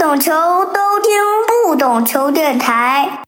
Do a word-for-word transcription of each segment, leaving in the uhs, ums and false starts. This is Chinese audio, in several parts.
懂球都听不懂球电台。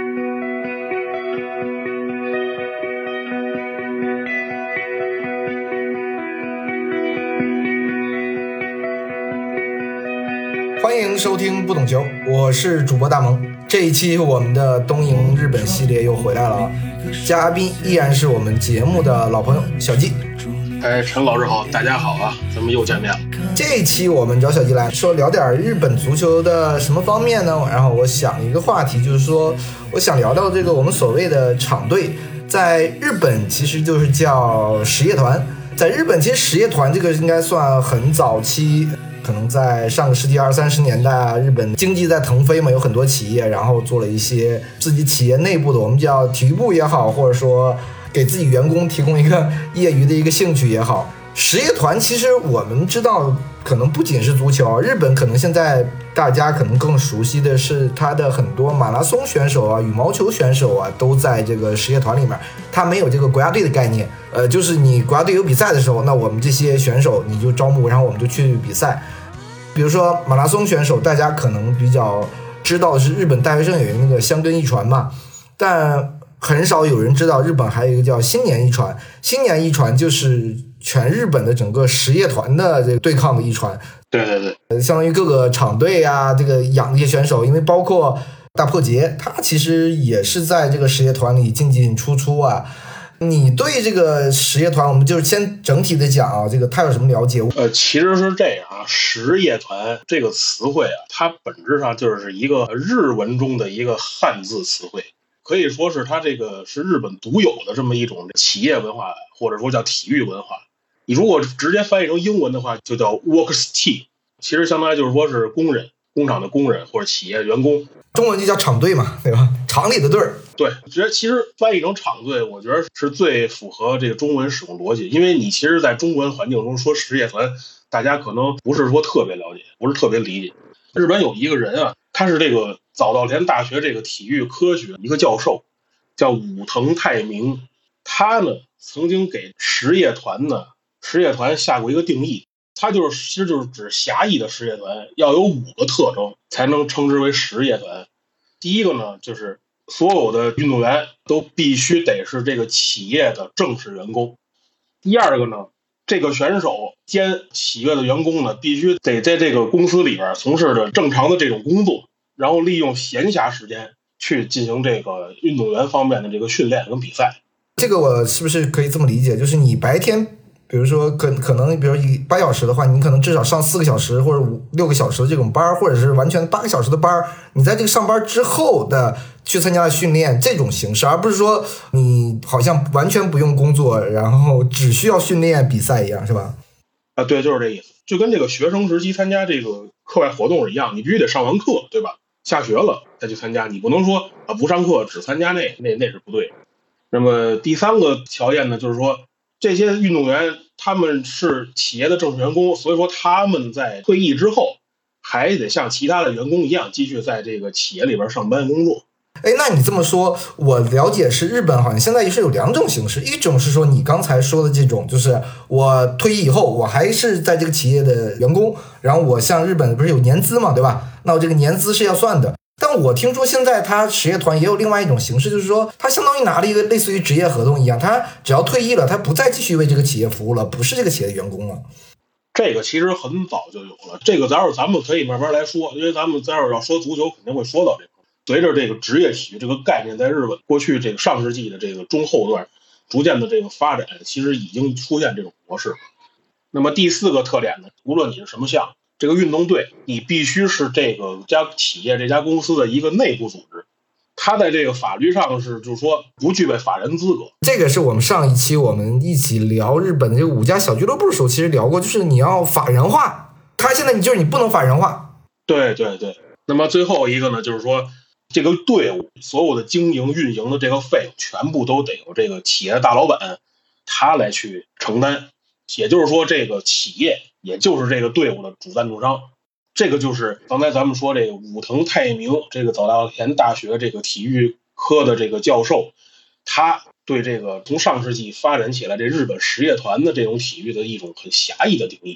欢迎收听不懂球，我是主播大萌。这一期我们的东瀛日本系列又回来了啊，嘉宾依然是我们节目的老朋友小季。 哎，陈老师好，大家好啊，咱们又见面了。 这一期我们找小季来说聊点日本足球的什么方面呢？然后我想一个话题，就是说我想聊到这个我们所谓的场队，在日本其实就是叫实业团。在日本其实实业团这个应该算很早期，可能在上个世纪二三十年代，日本经济在腾飞嘛，有很多企业然后做了一些自己企业内部的，我们叫体育部也好，或者说给自己员工提供一个业余的一个兴趣也好。实业团其实我们知道可能不仅是足球，日本可能现在大家可能更熟悉的是他的很多马拉松选手啊、羽毛球选手啊都在这个实业团里面。他没有这个国家队的概念，呃，就是你国家队有比赛的时候，那我们这些选手你就招募，然后我们就去比赛。比如说马拉松选手，大家可能比较知道的是日本大学生有那个香根一传嘛，但很少有人知道日本还有一个叫新年一传。新年一传就是全日本的整个实业团的这个对抗的一传。 对对对， 呃，相当于各个场队啊，这个养这些选手，因为包括大破节，他其实也是在这个实业团里进进出出啊。你对这个实业团，我们就是先整体的讲啊，这个他有什么了解？ 呃，其实是这样啊，实业团这个词汇啊，它本质上就是一个日文中的一个汉字词汇，可以说是它这个是日本独有的这么一种企业文化，或者说叫体育文化。你如果直接翻译成英文的话，就叫 workers team， 其实相当于就是说是工人，工厂的工人或者企业员工。 中文就叫厂队嘛，对吧？厂里的队儿。 对，其实翻译成厂队，我觉得是最符合这个中文使用逻辑。因为你其实在中文环境中说实业团，大家可能不是说特别了解，不是特别理解。日本有一个人啊，他是这个早稻田大学这个体育科学一个教授，叫武藤泰明。他呢曾经给实业团呢实业团下过一个定义，他就是其实就是指狭义的实业团要有五个特征才能称之为实业团。第一个呢，就是所有的运动员都必须得是这个企业的正式员工。第二个呢，这个选手兼企业的员工呢，必须得在这个公司里边从事着正常的这种工作，然后利用闲暇时间去进行这个运动员方面的这个训练跟比赛。 这个我是不是可以这么理解？就是你白天比如说可可能比如以八小时的话，你可能至少上四个小时或者五六个小时的这种班，或者是完全八个小时的班，你在这个上班之后的去参加训练这种形式，而不是说你好像完全不用工作，然后只需要训练比赛一样，是吧？ 啊，对，就是这意思。就跟这个学生时期参加这个课外活动是一样，你必须得上完课，对吧？下学了再去参加，你不能说啊不上课只参加那那那是不对。那么第三个条件呢，就是说这些运动员他们是企业的正式员工，所以说他们在退役之后还得像其他的员工一样继续在这个企业里边上班工作。 哎，那你这么说，我了解是日本好像现在是有两种形式，一种是说你刚才说的这种，就是我退役以后我还是在这个企业的员工，然后我像日本不是有年资嘛，对吧？那我这个年资是要算的。但我听说现在他实业团也有另外一种形式，就是说他相当于拿了一个类似于职业合同一样，他只要退役了，他不再继续为这个企业服务了，不是这个企业的员工了。 这个其实很早就有了，这个待会儿咱们可以慢慢来说，因为咱们待会儿要说足球肯定会说到这个。随着这个职业体育这个概念在日本过去这个上世纪的这个中后段逐渐的这个发展，其实已经出现这种模式。那么第四个特点呢，无论你是什么项，这个运动队你必须是这个家企业这家公司的一个内部组织，它在这个法律上是就是说不具备法人资格。 这个是我们上一期我们一起聊日本的这个五家小俱乐部的时候其实聊过，就是你要法人化，它现在你就是你不能法人化。 对对对。那么最后一个呢，就是说这个队伍所有的经营运营的这个费用全部都得由这个企业的大老板他来去承担，也就是说这个企业也就是这个队伍的主赞助商。这个就是刚才咱们说这个武藤泰明这个早稻田大学这个体育科的这个教授，他对这个从上世纪发展起来这日本实业团的这种体育的一种很狭义的定义。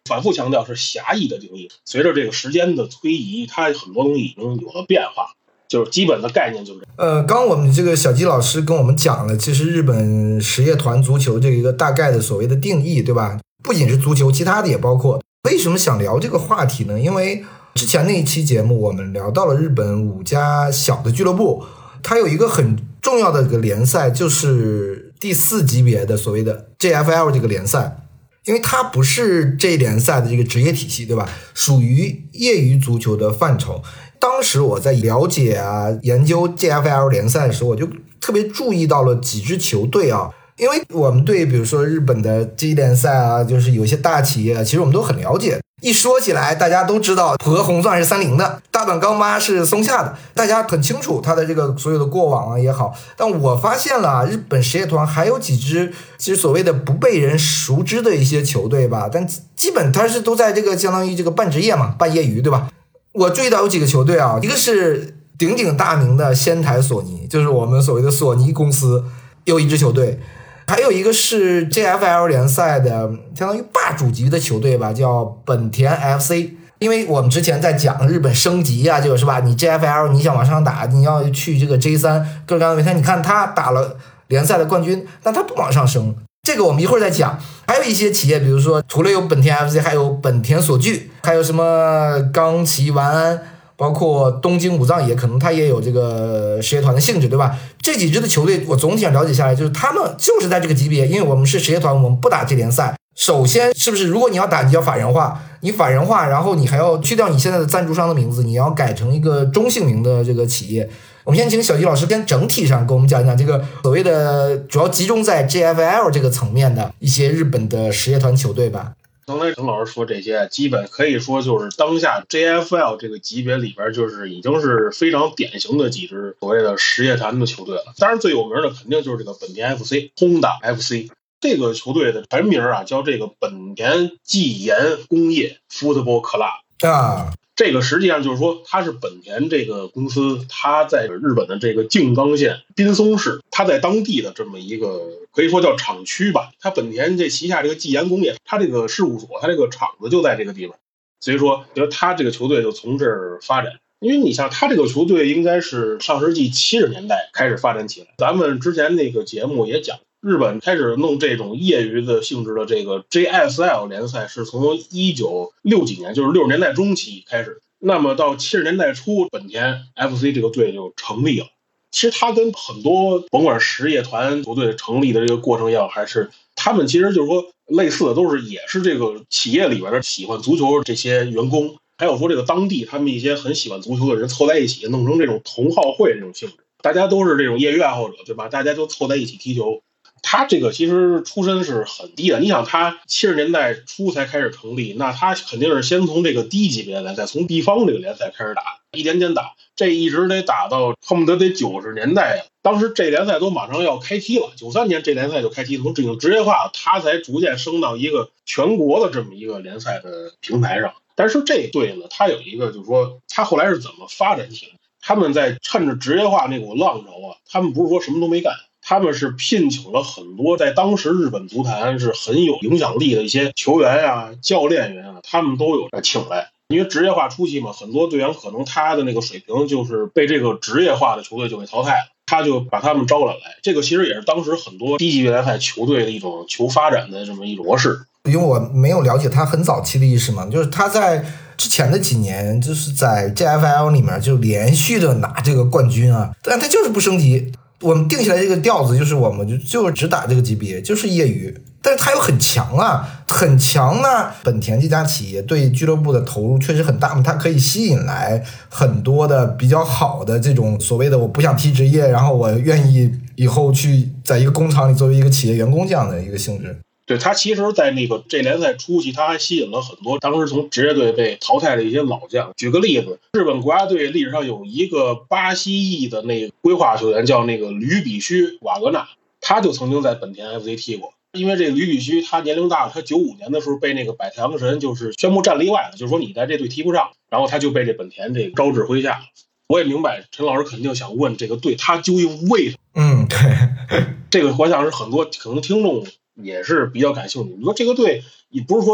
反复强调是狭义的定义。随着这个时间的推移，它很多东西已经有了变化，就是基本的概念就是。 呃，刚我们这个小鸡老师跟我们讲了，其实日本实业团足球这一个大概的所谓的定义，对吧？不仅是足球，其他的也包括。为什么想聊这个话题呢？因为之前那一期节目我们聊到了日本五家小的俱乐部，它有一个很重要的一个联赛，就是第四级别的所谓的 J F L 这个联赛。因为它不是这联赛的这个职业体系，对吧？属于业余足球的范畴。当时我在了解啊研究 J F L 联赛的时候，我就特别注意到了几支球队啊。因为我们对比如说日本的 G 联赛啊，就是有些大企业，其实我们都很了解。一说起来，大家都知道浦和红钻是三菱的，大阪钢巴是松下的，大家很清楚它的这个所有的过往啊也好。但我发现了啊，日本实业团还有几支其实所谓的不被人熟知的一些球队吧，但基本它是都在这个相当于这个半职业嘛，半业余，对吧？我注意到有几个球队啊，一个是鼎鼎大名的仙台索尼，就是我们所谓的索尼公司，有一支球队。还有一个是 J F L 联赛的相当于霸主级的球队吧，叫本田 F C。 因为我们之前在讲日本升级啊，就是吧，你 J F L 你想往上打，你要去这个 J 三 各种各样的比赛，你看他打了联赛的冠军，但他不往上升，这个我们一会儿再讲。还有一些企业，比如说除了有本田 F C， 还有本田索具，还有什么冈崎丸安，包括东京武藏野，可能他也有这个实业团的性质，对吧？这几支的球队我总体上了解下来，就是他们就是在这个级别。因为我们是实业团，我们不打这联赛，首先是不是如果你要打，你要法人化，你法人化，然后你还要去掉你现在的赞助商的名字，你要改成一个中性名的这个企业。我们先请小鸡老师跟整体上跟我们讲讲这个所谓的主要集中在 J F L 这个层面的一些日本的实业团球队吧。 刚才陈老师说这些，基本可以说就是当下 J F L 这个级别里边，就是已经是非常典型的几支所谓的实业团的球队了。当然最有名的肯定就是这个本田 F C、Honda F C。这个球队的全名啊叫这个本田技研工业 Football Club 啊。 这个实际上就是说，它是本田这个公司，它在日本的这个静冈县滨松市，它在当地的这么一个可以说叫厂区吧。它本田这旗下这个技研工业，它这个事务所，它这个厂子就在这个地方，所以说，觉得它这个球队就从这儿发展。因为你像它这个球队，应该是上世纪七十年代开始发展起来。咱们之前那个节目也讲，日本开始弄这种业余的性质的这个 J S L 联赛是从一九六几年，就是六十年代中期开始。那么到七十年代初，本田 F C 这个队就成立了。其实它跟很多甭管实业团球队成立的这个过程一样，还是他们其实就是说类似的，都是也是这个企业里边的喜欢足球这些员工，还有说这个当地他们一些很喜欢足球的人凑在一起，弄成这种同好会这种性质，大家都是这种业余爱好者，对吧？大家就凑在一起踢球。他这个其实出身是很低的，你想他七十年代初才开始成立，那他肯定是先从这个低级别联赛，从地方这个联赛开始打，一点点打，这一直得打到恨不得得九十年代呀。当时这联赛都马上要开踢了，九三年这联赛就开踢，从这种职业化，他才逐渐升到一个全国的这么一个联赛的平台上。但是这队呢，他有一个就是说，他后来是怎么发展起来？他们在趁着职业化那股浪潮啊，他们不是说什么都没干。他们是聘请了很多在当时日本足坛是很有影响力的一些球员啊、教练员啊，他们都有请来。因为职业化初期嘛，很多队员可能他的那个水平就是被这个职业化的球队就给淘汰了，他就把他们招揽来。这个其实也是当时很多低级别联赛球队的一种求发展的这么一种模式。 因为我没有了解他很早期的历史嘛，就是他在之前的几年就是在 J F L 里面就连续的拿这个冠军啊，但他就是不升级。我们定下来这个调子就是我们就就只打这个级别，就是业余，但是他又很强啊，很强呢。本田这家企业对俱乐部的投入确实很大嘛，它可以吸引来很多的比较好的这种所谓的我不想踢职业，然后我愿意以后去在一个工厂里作为一个企业员工这样的一个性质。 对，他其实在那个这联赛初期，他还吸引了很多当时从职业队被淘汰的一些老将。举个例子，日本国家队历史上有一个巴西裔的那个规划球员叫那个吕比须瓦格纳，他就曾经在本田 F C 踢过。因为这个吕比须他年龄大了，他九五年的时候被那个百太阳神就是宣布战例外了，就是说你在这队踢不上，然后他就被这本田这个招至麾下了。我也明白陈老师肯定想问这个队他究竟为什么？ 嗯，对， 这个我想是很多可能听众也是比较感兴趣。你说这个队，你不是说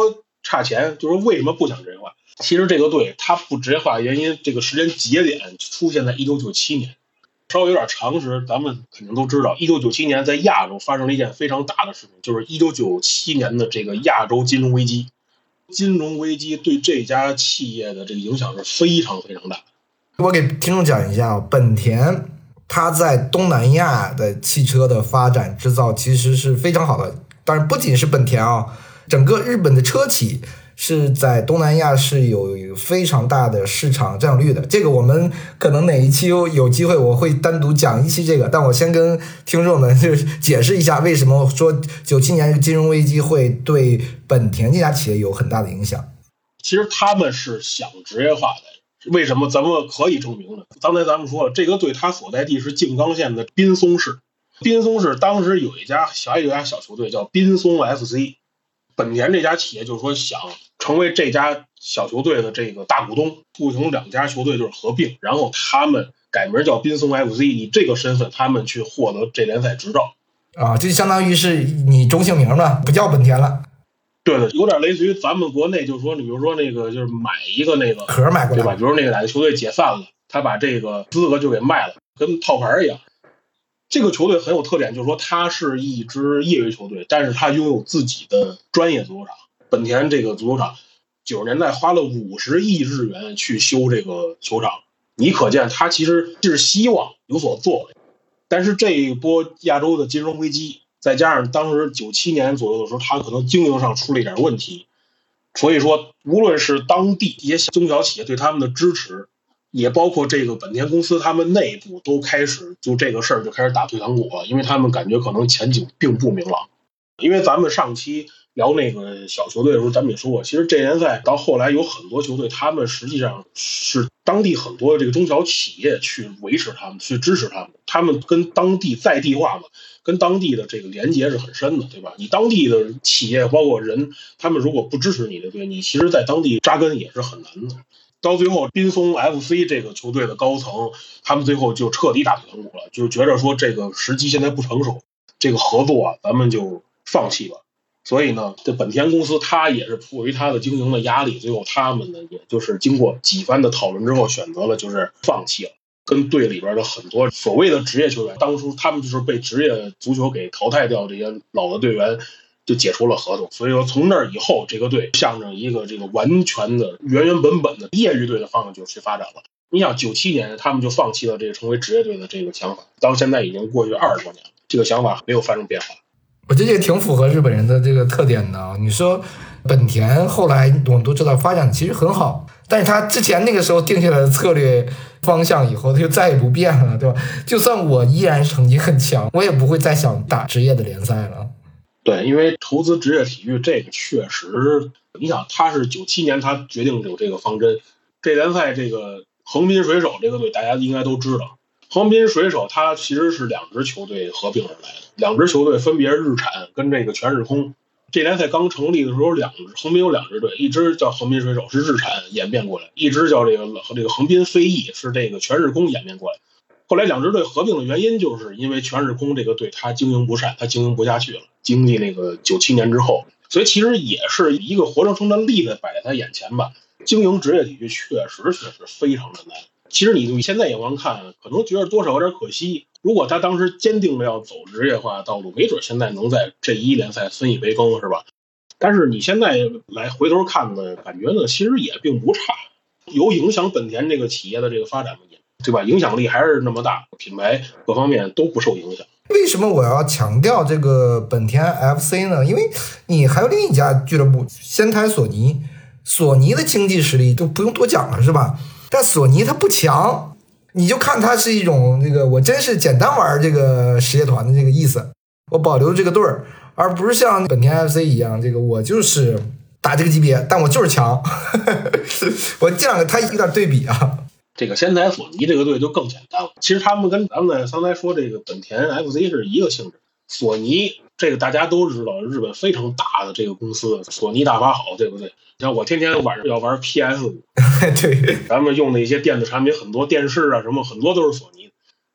差钱，就是为什么不想职业化？其实这个队它不职业化的原因，这个时间节点出现在一九九七年。稍微有点常识，咱们肯定都知道，一九九七年在亚洲发生了一件非常大的事情，就是一九九七年的这个亚洲金融危机。金融危机对这家企业的这个影响是非常非常大。 我给听众讲一下，本田它在东南亚的汽车的发展制造其实是非常好的，当然不仅是本田啊，整个日本的车企是在东南亚是有非常大的市场占有率的。这个我们可能哪一期有机会我会单独讲一期这个，但我先跟听众们就解释一下为什么说九七年金融危机会对本田这家企业有很大的影响。 其实他们是想职业化的，为什么咱们可以证明呢？刚才咱们说了，这个队它所在地是静冈县的滨松市。滨松市当时有一家小一家小球队叫滨松 F C， 本田这家企业就是说想成为这家小球队的这个大股东，促成两家球队就是合并，然后他们改名叫滨松 F C， 以这个身份他们去获得这联赛执照啊，这相当于是你中性名了，不叫本田了。 对的，有点类似于咱们国内就是说，你比如说那个就是买一个那个壳买过来， 对吧？比如那个哪个球队解散了，他把这个资格就给卖了，跟套牌一样。这个球队很有特点，就是说它是一支业余球队，但是它拥有自己的专业足球场。本田这个足球场九十年代花了五十亿日元去修这个球场，你可见它其实是希望有所作为。但是这一波亚洲的金融危机，再加上当时九七年左右的时候，它可能经营上出了一点问题，所以说无论是当地一些中小企业对他们的支持，也包括这个本田公司他们内部都开始就这个事儿就开始打退堂鼓了，因为他们感觉可能前景并不明朗。因为咱们上期聊那个小球队的时候，咱们也说过，其实这联赛到后来有很多球队，他们实际上是当地很多这个中小企业去维持他们，去支持他们，他们跟当地在地化嘛，跟当地的这个连接是很深的，对吧？你当地的企业包括人，他们如果不支持你的队，你其实在当地扎根也是很难的。到最后滨松 F C 这个球队的高层，他们最后就彻底打退堂鼓了，就是觉得说这个时机现在不成熟，这个合作啊咱们就放弃了。所以呢，这本田公司它也是迫于它的经营的压力，最后他们呢也就是经过几番的讨论之后，选择了就是放弃了。跟队里边的很多所谓的职业球员，当初他们就是被职业足球给淘汰掉，这些老的队员就解除了合同。所以说从那儿以后，这个队向着一个这个完全的原原本本的业余队的方向就去发展了。你想九七年他们就放弃了这个成为职业队的这个想法，到现在已经过去二十多年了，这个想法没有发生变化。 我觉得这个挺符合日本人的这个特点的。你说本田后来我们都知道发展其实很好，但是他之前那个时候定下来的策略方向以后他就再也不变了，对吧？就算我依然成绩很强，我也不会再想打职业的联赛了。 对，因为投资职业体育这个确实，你想他是九七年他决定有这个方针，这联赛这个横滨水手这个队大家应该都知道，横滨水手它其实是两支球队合并而来的，两支球队分别日产跟这个全日空。这联赛刚成立的时候，两支横滨有两支队，一支叫横滨水手是日产演变过来，一支叫这个这个横滨飞翼是这个全日空演变过来。后来两支队合并的原因，就是因为全日空这个队它经营不善，它经营不下去了，经历那个九七年之后，所以其实也是一个活生生的例子摆在他眼前吧。经营职业体育确实确实非常的难。其实你以现在眼光看，可能觉得多少有点可惜。如果他当时坚定的要走职业化道路，没准现在能在这一联赛分一杯羹，是吧？但是你现在来回头看的感觉呢，其实也并不差，有影响本田这个企业的这个发展吗？对吧？影响力还是那么大，品牌各方面都不受影响。 为什么我要强调这个本田 F C 呢？因为你还有另一家俱乐部仙台索尼，索尼的经济实力都不用多讲了，是吧？但索尼它不强，你就看它是一种这个我真是简单玩这个实业团的这个意思，我保留这个队儿，而不是像本田 F C 一样，这个我就是打这个级别，但我就是强。我这两个它有点对比啊。 这个仙台索尼这个队就更简单了，其实他们跟咱们刚才说这个本田 F C 是一个性质。索尼这个大家都知道，日本非常大的这个公司，索尼大法好，对不对？像我天天晚上要玩 P S 五， 对，咱们用的一些电子产品，很多电视啊什么，很多都是索尼。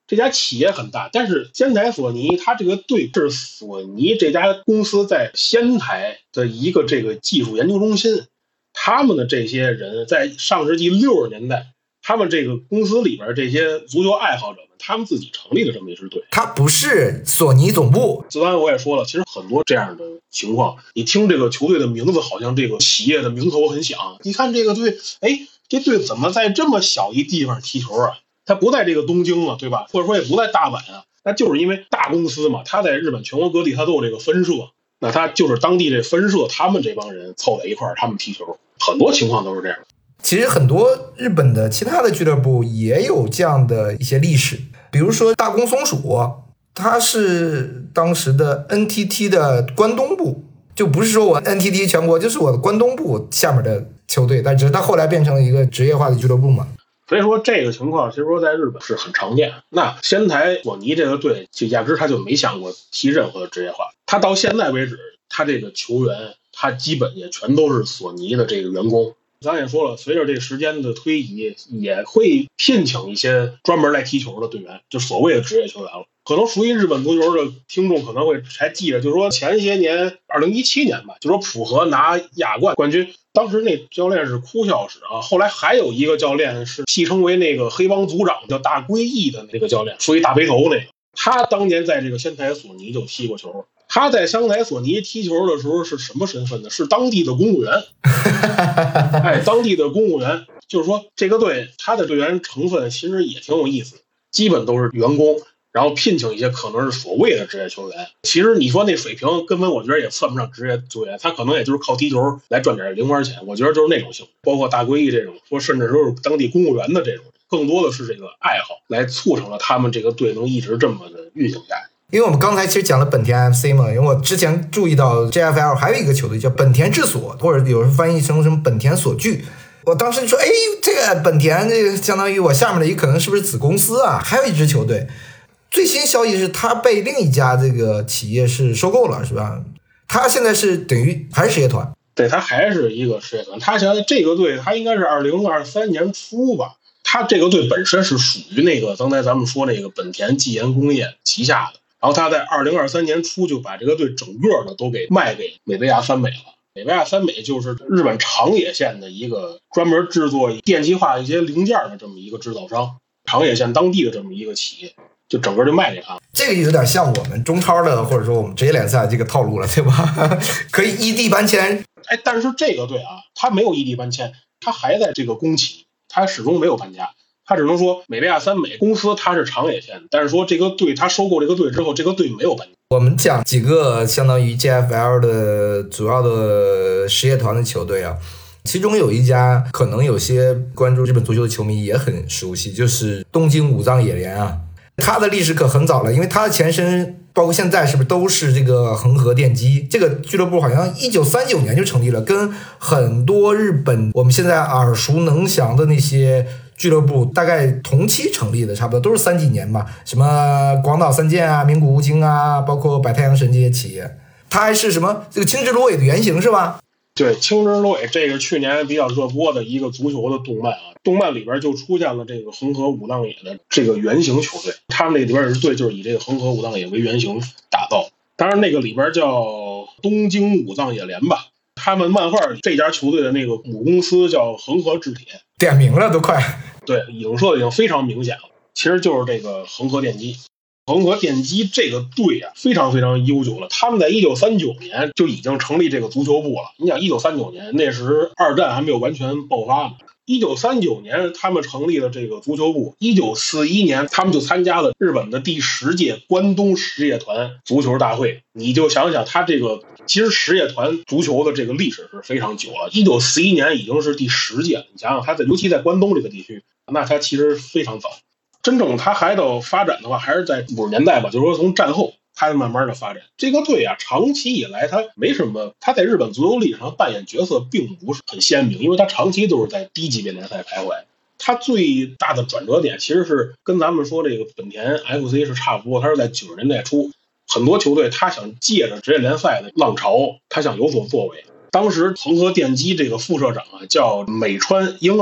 这家企业很大，但是仙台索尼它这个队是索尼这家公司在仙台的一个这个技术研究中心，他们的这些人在上世纪六十年代，他们这个公司里边这些足球爱好者们，他们自己成立了这么一支队。 它不是索尼总部。 刚才我也说了，其实很多这样的情况，你听这个球队的名字，好像这个企业的名头很响。你看这个队，哎，这队怎么在这么小一地方踢球啊？他不在这个东京啊，对吧？或者说也不在大阪啊，那就是因为大公司嘛，他在日本全国各地他都有这个分社，那他就是当地这分社，他们这帮人凑在一块儿，他们踢球，很多情况都是这样。 其实很多日本的其他的俱乐部也有这样的一些历史，比如说大宫松鼠，它是当时的 N T T 的关东部，就不是说我 N T T 全国，就是我的关东部下面的球队，但只是它后来变成了一个职业化的俱乐部嘛。 所以说这个情况其实说在日本是很常见。那仙台索尼这个队就压根他就没想过踢任何的职业化，他到现在为止，他这个球员他基本也全都是索尼的这个员工。咱也说了，随着这个时间的推移，也会聘请一些专门来踢球的队员，就所谓的职业球员了。可能熟悉日本足球的听众可能会还记得，就是说前些年二零一七年吧，就说浦和拿亚冠冠军，当时那教练是哭笑史啊。后来还有一个教练是戏称为那个黑帮组长，叫大龟义的那个教练，属于大背头那个，他当年在这个仙台索尼就踢过球。他在香台索尼踢球的时候是什么身份呢？是当地的公务员。哎，当地的公务员，就是说这个队他的队员成分其实也挺有意思，基本都是员工，然后聘请一些可能是所谓的职业球员。其实你说那水平根本我觉得也算不上职业球员，他可能也就是靠踢球来赚点零花钱，我觉得就是那种性质。包括大龟义这种，说甚至都是当地公务员的这种，更多的是这个爱好来促成了他们这个队能一直这么的运行下来。 因为我们刚才其实讲了本田 F C 嘛，因为我之前注意到 J F L 还有一个球队叫本田智所，或者有人翻译成什么本田所具。我当时就说，哎，这个本田这个相当于我下面的一个可能是不是子公司啊？还有一支球队，最新消息是他被另一家这个企业是收购了，是吧？他现在是等于还是事业团？ 对，他还是一个事业团。他现在这个队，他应该是二零二三年初吧。他这个队本身是属于那个刚才咱们说那个本田技研工业旗下的。然后他在二零二三年初就把这个队整个的都给卖给美维亚三美了。美维亚三美就是日本长野县的一个专门制作电气化一些零件的这么一个制造商，长野县当地的这么一个企业，就整个就卖给他。 这个有点像我们中超的或者说我们职业联赛这个套路了，对吧？可以异地搬迁。 哎，但是这个队啊，他没有异地搬迁，他还在这个工企，他始终没有搬家。他只能说美维亚三美公司它是长野县，但是说这个队他收购这个队之后，这个队没有搬家。 我们讲几个相当于 J F L 的主要的实业团的球队啊，其中有一家可能有些关注日本足球的球迷也很熟悉，就是东京武藏野联啊。它的历史可很早了，因为它的前身包括现在是不是都是这个恒河电机这个俱乐部，好像一九三九年就成立了，跟很多日本我们现在耳熟能详的那些俱乐部大概同期成立的，差不多都是三几年吧，什么广岛三剑啊、名古屋京啊，包括百太阳神这些企业。它还是什么这个青之芦苇的原型是吧？ 对，青之芦苇这个去年比较热播的一个足球的动漫啊，动漫里边就出现了这个恒河武藏野的这个原型球队，他们那里边的队就是以这个恒河武藏野为原型打造。当然那个里边叫东京武藏野联吧，他们漫画这家球队的那个母公司叫恒河制铁， 点名了都快。 对，影射已经非常明显了，其实就是这个恒河电机。恒河电机这个队啊，非常非常悠久了。他们在一九三九年就已经成立这个足球部了。你想，一九三九年那时二战还没有完全爆发嘛。一九三九年他们成立了这个足球部。一九四一年他们就参加了日本的第十届关东实业团足球大会。你就想想，他这个其实实业团足球的这个历史是非常久了。一九四一年已经是第十届了。你想想，他在尤其在关东这个地区，那他其实非常早。真正他还到发展的话，还是在五十年代吧，就是说从战后他慢慢的发展。这个队啊，长期以来他没什么，他在日本足球历史上扮演角色并不是很鲜明，因为他长期都是在低级别联赛徘徊。他最大的转折点其实是跟咱们说这个本田 F C 是差不多，他是在九十年代初，很多球队他想借着职业联赛的浪潮，他想有所作为。当时恒河电机这个副社长啊叫美川英二。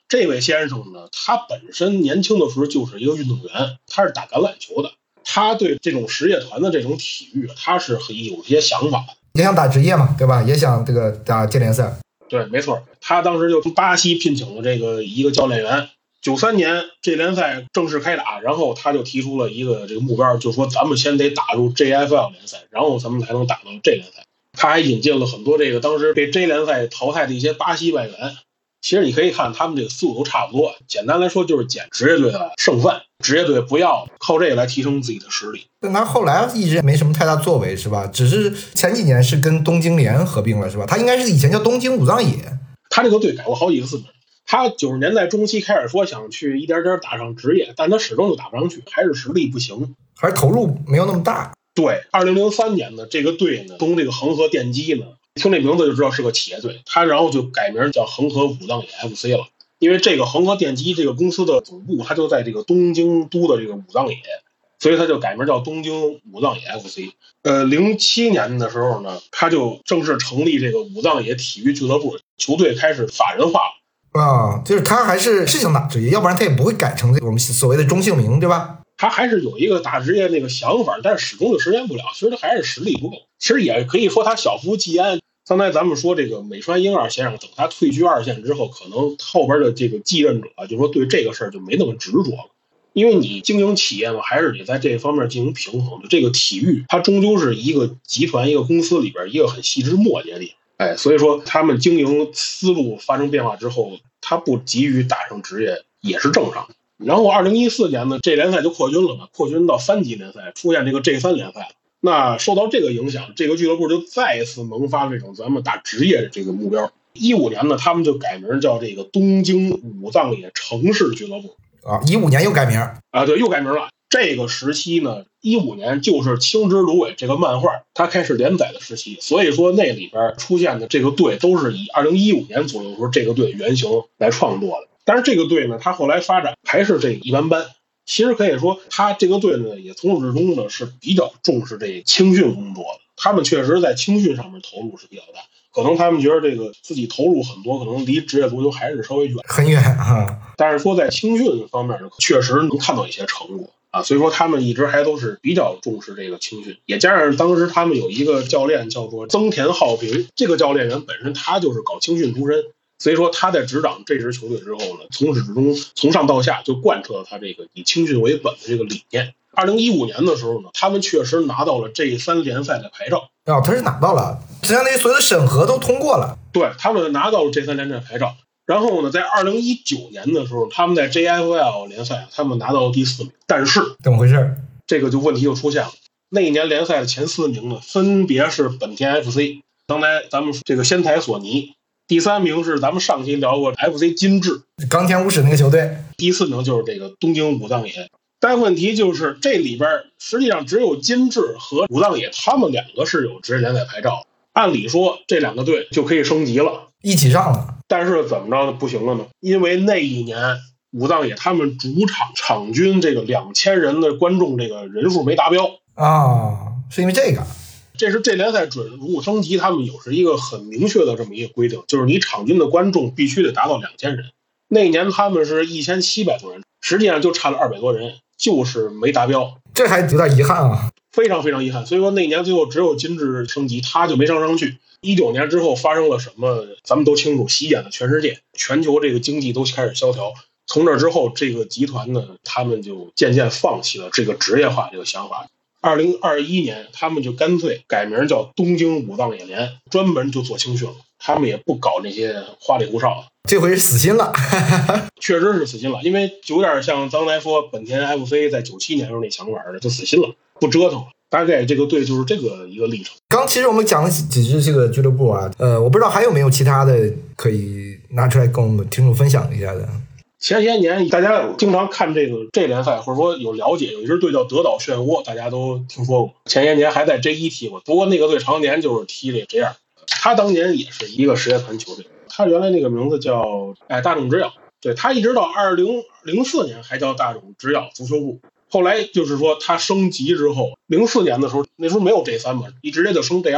这位先生呢，他本身年轻的时候就是一个运动员，他是打橄榄球的，他对这种实业团的这种体育，他是很有一些想法的， 也想打职业嘛，对吧？也想这个打建联赛。 对，没错，他当时就从巴西聘请了这个一个教练员。九三年这联赛正式开打，然后他就提出了一个这个目标，就是说咱们先得打入 J F L 联赛，然后咱们才能打到 J 联赛。他还引进了很多这个当时被 J 联赛淘汰的一些巴西外援。其实你可以看他们这个思路都差不多，简单来说就是捡职业队的剩饭，职业队不要靠这个来提升自己的实力。 但他后来一直没什么太大作为，是吧？只是前几年是跟东京联合并了，是吧？他应该是以前叫东京武藏野。 他这个队改过好几次名。他九十年代中期开始说想去一点点打上职业，但他始终就打不上去，还是实力不行， 还是投入没有那么大。 对，二零零三年的这个队呢，从这个恒河电机呢，听这名字就知道是个企业队，他然后就改名叫恒河武藏野 F C 了，因为这个恒河电机这个公司的总部，它就在这个东京都的这个武藏野，所以他就改名叫东京武藏野 F C。呃，零七年的时候呢，他就正式成立这个武藏野体育俱乐部，球队开始法人化了。 啊，就是他还是是想打职业，要不然他也不会改成我们所谓的中性名，对吧？ 他还是有一个打职业那个想法，但是始终就实现不了。其实他还是实力不够。其实也可以说他小幅积安。刚才咱们说这个美川英二先生，等他退居二线之后，可能后边的这个继任者就说对这个事儿就没那么执着了。因为你经营企业嘛，还是得在这方面进行平衡的。这个体育它终究是一个集团、一个公司里边一个很细枝末节的。哎，所以说他们经营思路发生变化之后，他不急于打上职业也是正常的。然后二零一四年呢，这联赛就扩军了嘛，扩军到三级联赛，出现这个 J 三联赛了。那受到这个影响，这个俱乐部就再一次萌发这种咱们打职业的这个目标。一五年呢，他们就改名叫这个东京武藏野城市俱乐部啊，一五年又改名啊，对，又改名了。这个时期呢，一五年就是青之芦苇这个漫画它开始连载的时期，所以说那里边出现的这个队都是以二零一五年左右的时候这个队原型来创作的。但是这个队呢，它后来发展还是这一般般。其实可以说，他这个队呢，也从始至终呢是比较重视这青训工作的。他们确实在青训上面投入是比较大，可能他们觉得这个自己投入很多，可能离职业足球还是稍微远很远啊。 但是说在青训方面呢，确实能看到一些成果啊，所以说他们一直还都是比较重视这个青训。也加上当时他们有一个教练叫做增田浩平，这个教练员本身他就是搞青训出身。所以说他在执掌这支球队之后呢，从始至终从上到下就贯彻了他这个以青训为本的这个理念。二零一五年的时候呢，他们确实拿到了 J 三联赛的牌照。 哦，他是拿到了，相当于所有的审核都通过了。 对，他们拿到了 J 三联赛牌照。然后呢，在二零一九年的时候，他们在 J F L 联赛他们拿到了第四名。但是怎么回事？ 这个就问题就出现了。那一年联赛的前四名呢，分别是本田 F C， 刚才咱们说这个仙台索尼。第三名是咱们上期聊过 F C 金治， 冈田武史那个球队。 第四名就是这个东京武藏野。但问题就是这里边实际上只有金治和武藏野他们两个是有职业联赛牌照，按理说这两个队就可以升级了， 一起上了。 但是怎么着不行了呢？因为那一年武藏野他们主场场均这个两千人的观众这个人数没达标啊，是因为这个。 这是这联赛准入升级，他们有是一个很明确的这么一个规定，就是你场均的观众必须得达到两千人。那一年他们是一千七百多人，实际上就差了二百多人，就是没达标， 这还有点遗憾啊， 非常非常遗憾。所以说那一年最后只有金治升级，他就没上上去。一九年之后发生了什么，咱们都清楚，席卷了全世界，全球这个经济都开始萧条。从这之后，这个集团呢，他们就渐渐放弃了这个职业化这个想法。二零二一年，他们就干脆改名叫东京武藏野联，专门就做青训了。他们也不搞那些花里胡哨了， 这回是死心了。 确实是死心了，因为有点像刚才说本田 F C 在九七年时候那想法的，就死心了，不折腾了。大概这个队就是这个一个历程。 刚其实我们讲了几支这个俱乐部啊，呃，我不知道还有没有其他的可以拿出来跟我们听众分享一下的。 前些年大家经常看这个这联赛，或者说有了解，有一支队叫德岛漩涡，大家都听说过。前些年还在 J 一 踢过，不过那个队常年就是踢这 J 二。他当年也是一个实业团球队，他原来那个名字叫哎大众制药，对，他一直到二零零四年还叫大众制药足球部。后来就是说他升级之后，零四年的时候那时候没有 J 三嘛，一直接就升 J 二。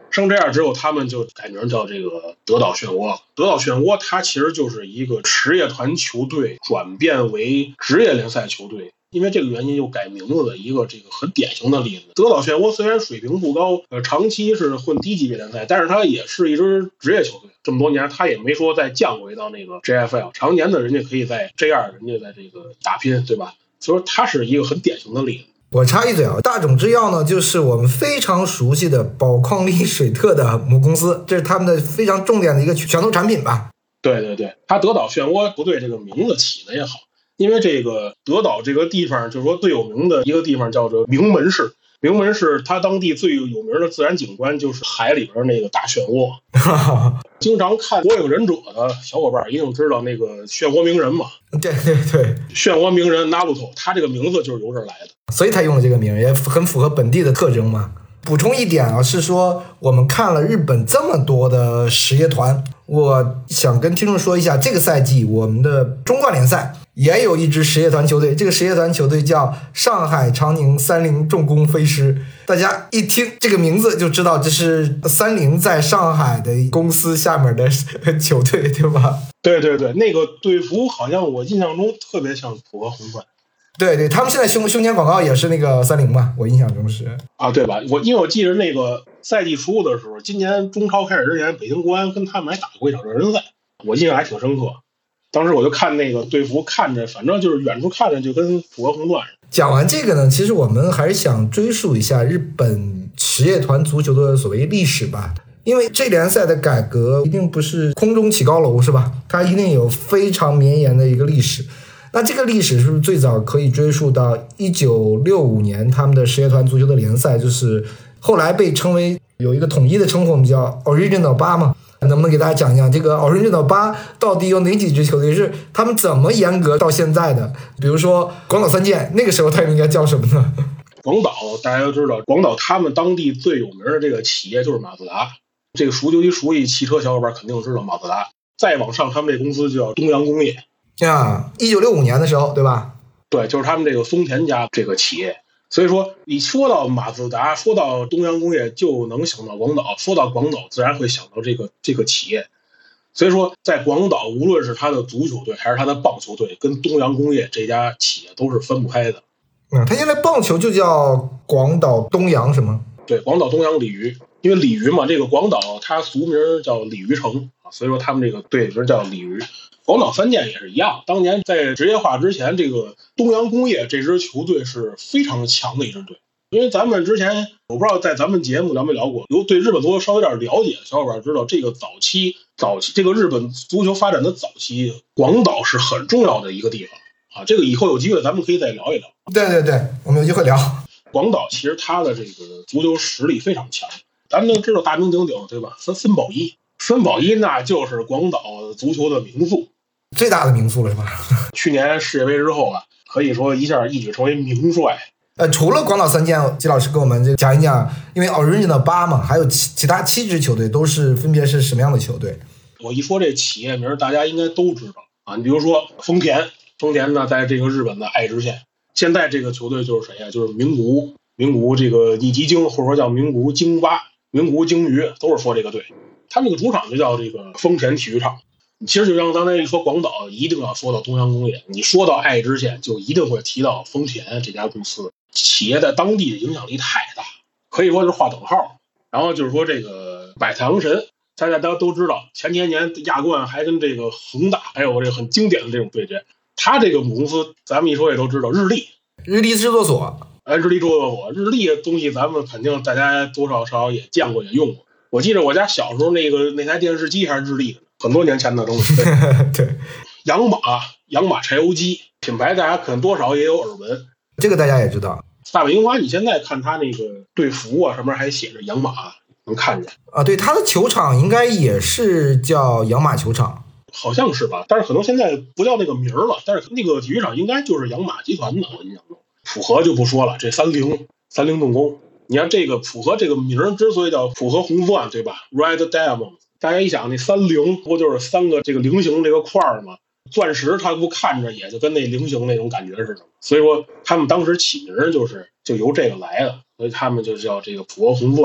生这样之后，他们就改名叫这个德岛漩涡。德岛漩涡它其实就是一个实业团球队转变为职业联赛球队，因为这个原因又改名字的一个这个很典型的例子。德岛漩涡虽然水平不高，呃，长期是混低级别联赛，但是它也是一支职业球队。这么多年，他也没说再降回到那个 J F L， 常年的人家可以在 J 二，人家在这个打拼，对吧？所以说它是一个很典型的例子。 我插一嘴啊，大冢制药呢，就是我们非常熟悉的宝矿力水特的母公司，这是他们的非常重点的一个拳头产品吧？ 对对对，它德岛漩涡不对这个名字起的也好，因为这个德岛这个地方，就是说最有名的一个地方叫做名门市。名门市它当地最有名的自然景观就是海里边那个大漩涡。经常看火影忍者的小伙伴一定知道那个漩涡鸣人嘛？ 对对对， 漩涡鸣人 Naruto， 他这个名字就是由这儿来的， 所以他用了这个名，也很符合本地的特征嘛。补充一点啊，是说我们看了日本这么多的实业团，我想跟听众说一下，这个赛季我们的中冠联赛也有一支实业团球队，这个实业团球队叫上海长宁三菱重工飞狮。大家一听这个名字就知道这是三菱在上海的公司下面的球队，对吧？ 对对对，那个队服好像我印象中特别像浦和红钻。对对，他们现在胸胸前广告也是那个三菱嘛，我印象中是啊，对吧？我因为我记得那个赛季初的时候，今年中超开始之前，北京国安跟他们还打过一场热身赛，我印象还挺深刻。当时我就看那个队服，看着反正就是远处看着就跟浦和红钻似的。 讲完这个呢，其实我们还是想追溯一下日本实业团足球的所谓历史吧。因为这联赛的改革一定不是空中起高楼，是吧？它一定有非常绵延的一个历史。那这个历史是不是最早可以追溯到一九六五年他们的实业团足球的联赛，就是后来被称为有一个统一的称呼，我们叫 Original 八嘛？能不能给大家讲一讲这个 Original 八到底有哪几支球队，是他们怎么严格到现在的？比如说广岛三剑，那个时候他应该叫什么呢？ 广岛大家都知道，广岛他们当地最有名的这个企业就是马自达，这个熟悉熟悉汽车小伙伴肯定知道马自达。再往上，他们这公司就叫东洋工业。 啊，一九六五年的时候，对吧？ 对，就是他们这个松田家这个企业。所以说，你说到马自达，说到东洋工业，就能想到广岛；说到广岛，自然会想到这个这个企业。所以说，在广岛，无论是他的足球队还是他的棒球队，跟东洋工业这家企业都是分不开的。 嗯，他现在棒球就叫广岛东洋什么？ 对，广岛东洋鲤鱼，因为鲤鱼嘛，这个广岛它俗名叫鲤鱼城啊，所以说他们这个队名叫鲤鱼。广岛三剑也是一样，当年在职业化之前，这个东洋工业这支球队是非常强的一支队。因为咱们之前我不知道在咱们节目聊没聊过，有对日本足球稍微有点了解的小伙伴知道，这个早期早期这个日本足球发展的早期，广岛是很重要的一个地方啊。这个以后有机会咱们可以再聊一聊。 对对对，我们有机会聊。 广岛其实它的这个足球实力非常强，咱们都知道大名鼎鼎，对吧？森森保一，森保一那就是广岛足球的名宿。 最大的名宿了是吧？ 去年世界杯之后啊，可以说一下一举成为名帅。 呃，除了广岛三剑，季老师跟我们讲一讲，因为 Original 八嘛，还有其其他七支球队都是分别是什么样的球队？ 我一说这企业名，大家应该都知道啊。你比如说丰田，丰田呢在这个日本的爱知县，现在这个球队就是谁呀、啊？就是名古屋，名古屋这个尼基鲸，或者说叫名古屋鲸蛙、名古屋鲸鱼，都是说这个队。他们这个主场就叫这个丰田体育场。其实就像刚才一说广岛，一定要说到东洋工业，你说到爱知县，就一定会提到丰田这家公司。企业在当地的影响力太大，可以说是划等号。然后就是说这个百太阳神，大家都知道，前些年亚冠还跟这个恒大还有这个很经典的这种对决。他这个母公司，咱们一说也都知道，日立， 日立制作所， 哎，日立制作所，日立的东西咱们肯定大家多少少也见过也用过。我记得我家小时候那个那台电视机还是日立的，很多年前的东西。对， 对， 养马，养马柴油机品牌，大家可能多少也有耳闻， 这个大家也知道。 大本樱花，你现在看他那个队服啊，上面还写着养马，能看见啊？对，他的球场应该也是叫养马球场， 好像是吧？但是可能现在不叫那个名了。但是那个体育场应该就是养马集团的，我印象中。浦和就不说了，这三菱三菱重工，你看这个浦和这个名之所以叫浦和红钻，对吧 ？Red Diamond， 大家一想，那三菱不就是三个这个菱形这个块儿吗？钻石它不看着也就跟那菱形那种感觉似的，所以说他们当时起名就是就由这个来的，所以他们就叫这个浦和红钻。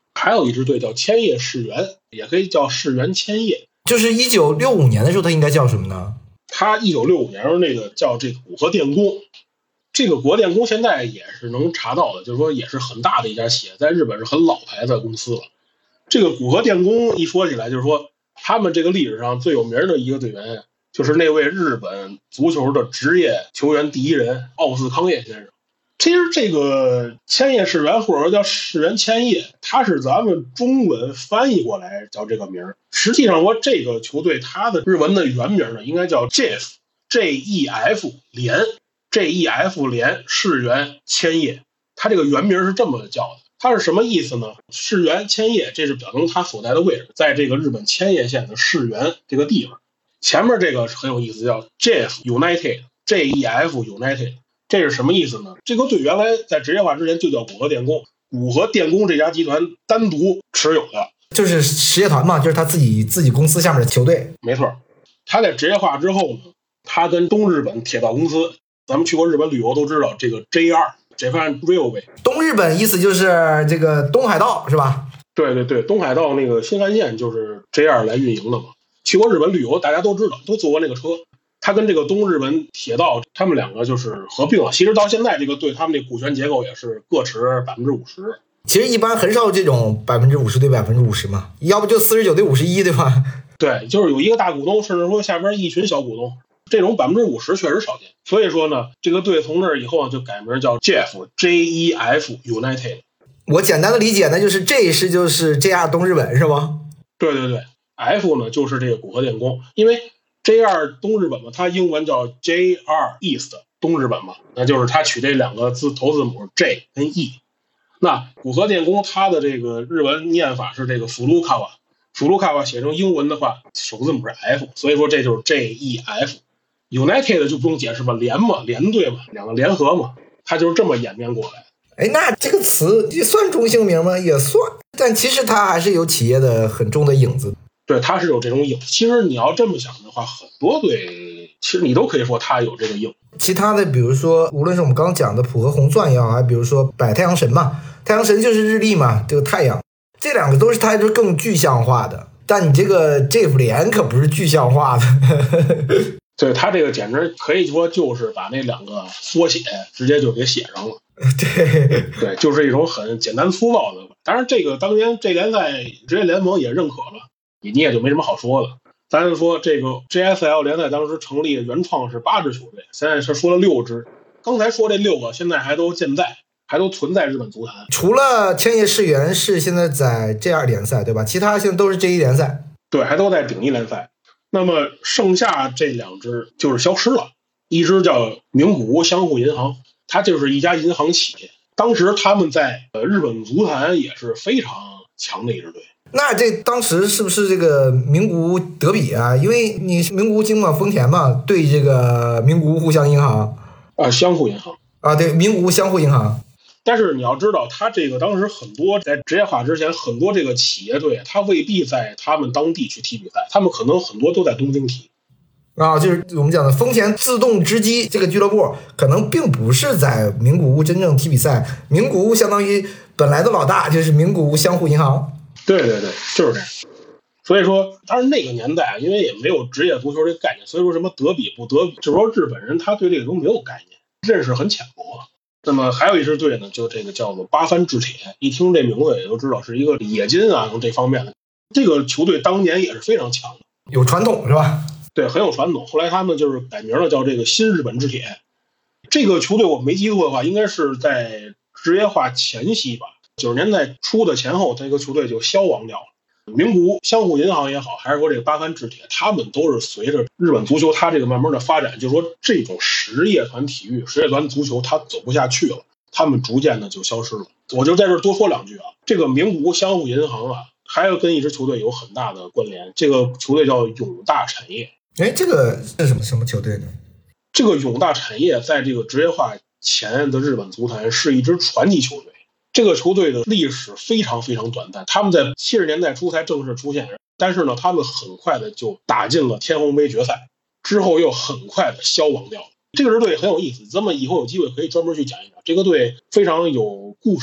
还有一支队叫千叶市原，也可以叫市原千叶。 就是一九六五年的时候，它应该叫什么呢？ 它一九六五年时候那个叫这个古河电工，这个国电工现在也是能查到的，就是说也是很大的一家企业，在日本是很老牌的公司了。这个古河电工一说起来，就是说他们这个历史上最有名的一个队员，就是那位日本足球的职业球员第一人奥斯康业先生。其实这个千叶市原或者说叫市原千叶，它是咱们中文翻译过来叫这个名。实际上说这个球队它的日文的原名呢，应该叫 J E F J E F 联 J E F 联市原千叶，它这个原名是这么叫的。它是什么意思呢？市原千叶，这是表明它所在的位置，在这个日本千叶县的市原这个地方。前面这个很有意思，叫 J E F United J E F United。这是什么意思呢？这个队原来在职业化之前就叫古河电工，古河电工这家集团单独持有的， 就是实业团嘛，就是他自己自己公司下面的球队。 没错，他在职业化之后呢，他跟东日本铁道公司，咱们去过日本旅游都知道这个 J R Japan Railway， 东日本意思就是这个东海道是吧？ 对对对，东海道那个新干线就是 J R 来运营的嘛。去过日本旅游大家都知道，都坐过那个车。他跟这个东日本铁道，他们两个就是合并了。其实到现在这个队，他们这股权结构也是各持百分之五十。 其实一般很少这种百分之五十对百分之五十嘛，要不就四十九对五十一，对吧？ 对，就是有一个大股东，甚至说下边一群小股东，这种百分之五十确实少见。所以说呢，这个队从那以后就改名叫 J E F J E F United。 我简单的理解呢，就是 J 是就是 J R 东日本是吧？ 对对对 ，F 呢就是这个古河电工，因为J R 东日本嘛，它英文叫 J R East 东日本嘛，那就是它取这两个字头字母 J 跟 E。那古河电工它的这个日文念法是这个福禄卡瓦，福禄卡瓦写成英文的话，首字母是 F， 所以说这就是 J E F。United 就不用解释嘛，联嘛，联队嘛，两个联合嘛，它就是这么演变过来。 哎，那这个词也算中性名吗？也算，但其实它还是有企业的很重的影子。 对，它是有这种影。其实你要这么想的话，很多队其实你都可以说它有这个影。 其他的，比如说，无论是我们刚刚讲的浦和红钻也好，还比如说百太阳神嘛，太阳神就是日历嘛，这个太阳，这两个都是它就更具象化的。但你这个 J F 联可不是具象化的。 对，它这个简直可以说就是把那两个缩写直接就给写上了。 对对，就是一种很简单粗暴的。当然，这个当年这联赛职业联盟也认可了。你也就没什么好说的。咱就说这个 J S L 联赛当时成立原创是八支球队，现在是说了六支。刚才说这六个现在还都健在，还都存在日本足坛。 除了千叶市原是现在在 J 二 联赛，对吧？其他现在都是 J 一 联赛。 对，还都在顶一联赛。那么剩下这两支就是消失了，一支叫名古屋相互银行，它就是一家银行企业。当时他们在呃日本足坛也是非常强的一支队。 那这当时是不是这个名古屋德比啊？因为你名古屋京嘛，丰田嘛，对这个名古屋互相银行啊，相互银行啊，对，名古屋相互银行。 但是你要知道，他这个当时很多在职业化之前，很多这个企业队，他未必在他们当地去踢比赛，他们可能很多都在东京踢。 啊，就是我们讲的丰田自动织机这个俱乐部，可能并不是在名古屋真正踢比赛。名古屋相当于本来的老大，就是名古屋相互银行。 对对对，就是这样。所以说，当然那个年代，因为也没有职业足球这个概念，所以说什么德比不德比，就是说日本人他对这个都没有概念，认识很浅薄。那么还有一支队呢，就这个叫做八幡制铁，一听这名字也都知道是一个冶金啊这方面的。这个球队当年也是非常强的， 有传统是吧？ 对，很有传统。后来他们就是改名了，叫这个新日本制铁。这个球队我没记错的话，应该是在职业化前夕吧，九十年代初的前后，这个球队就消亡掉了。名古屋相互银行也好，还是说这个八幡制铁，他们都是随着日本足球它这个慢慢的发展，就是说这种实业团体育、实业团足球它走不下去了，他们逐渐的就消失了。我就在这儿多说两句啊，这个名古屋相互银行啊，还要跟一支球队有很大的关联，这个球队叫永大产业。 哎，这个是什么什么球队呢？ 这个永大产业在这个职业化前的日本足坛是一支传奇球队。这个球队的历史非常非常短暂，他们在七十年代初才正式出现，但是呢，他们很快的就打进了天皇杯决赛，之后又很快的消亡掉了。这个支队很有意思，咱们以后有机会可以专门去讲一讲。这个队非常有故事性，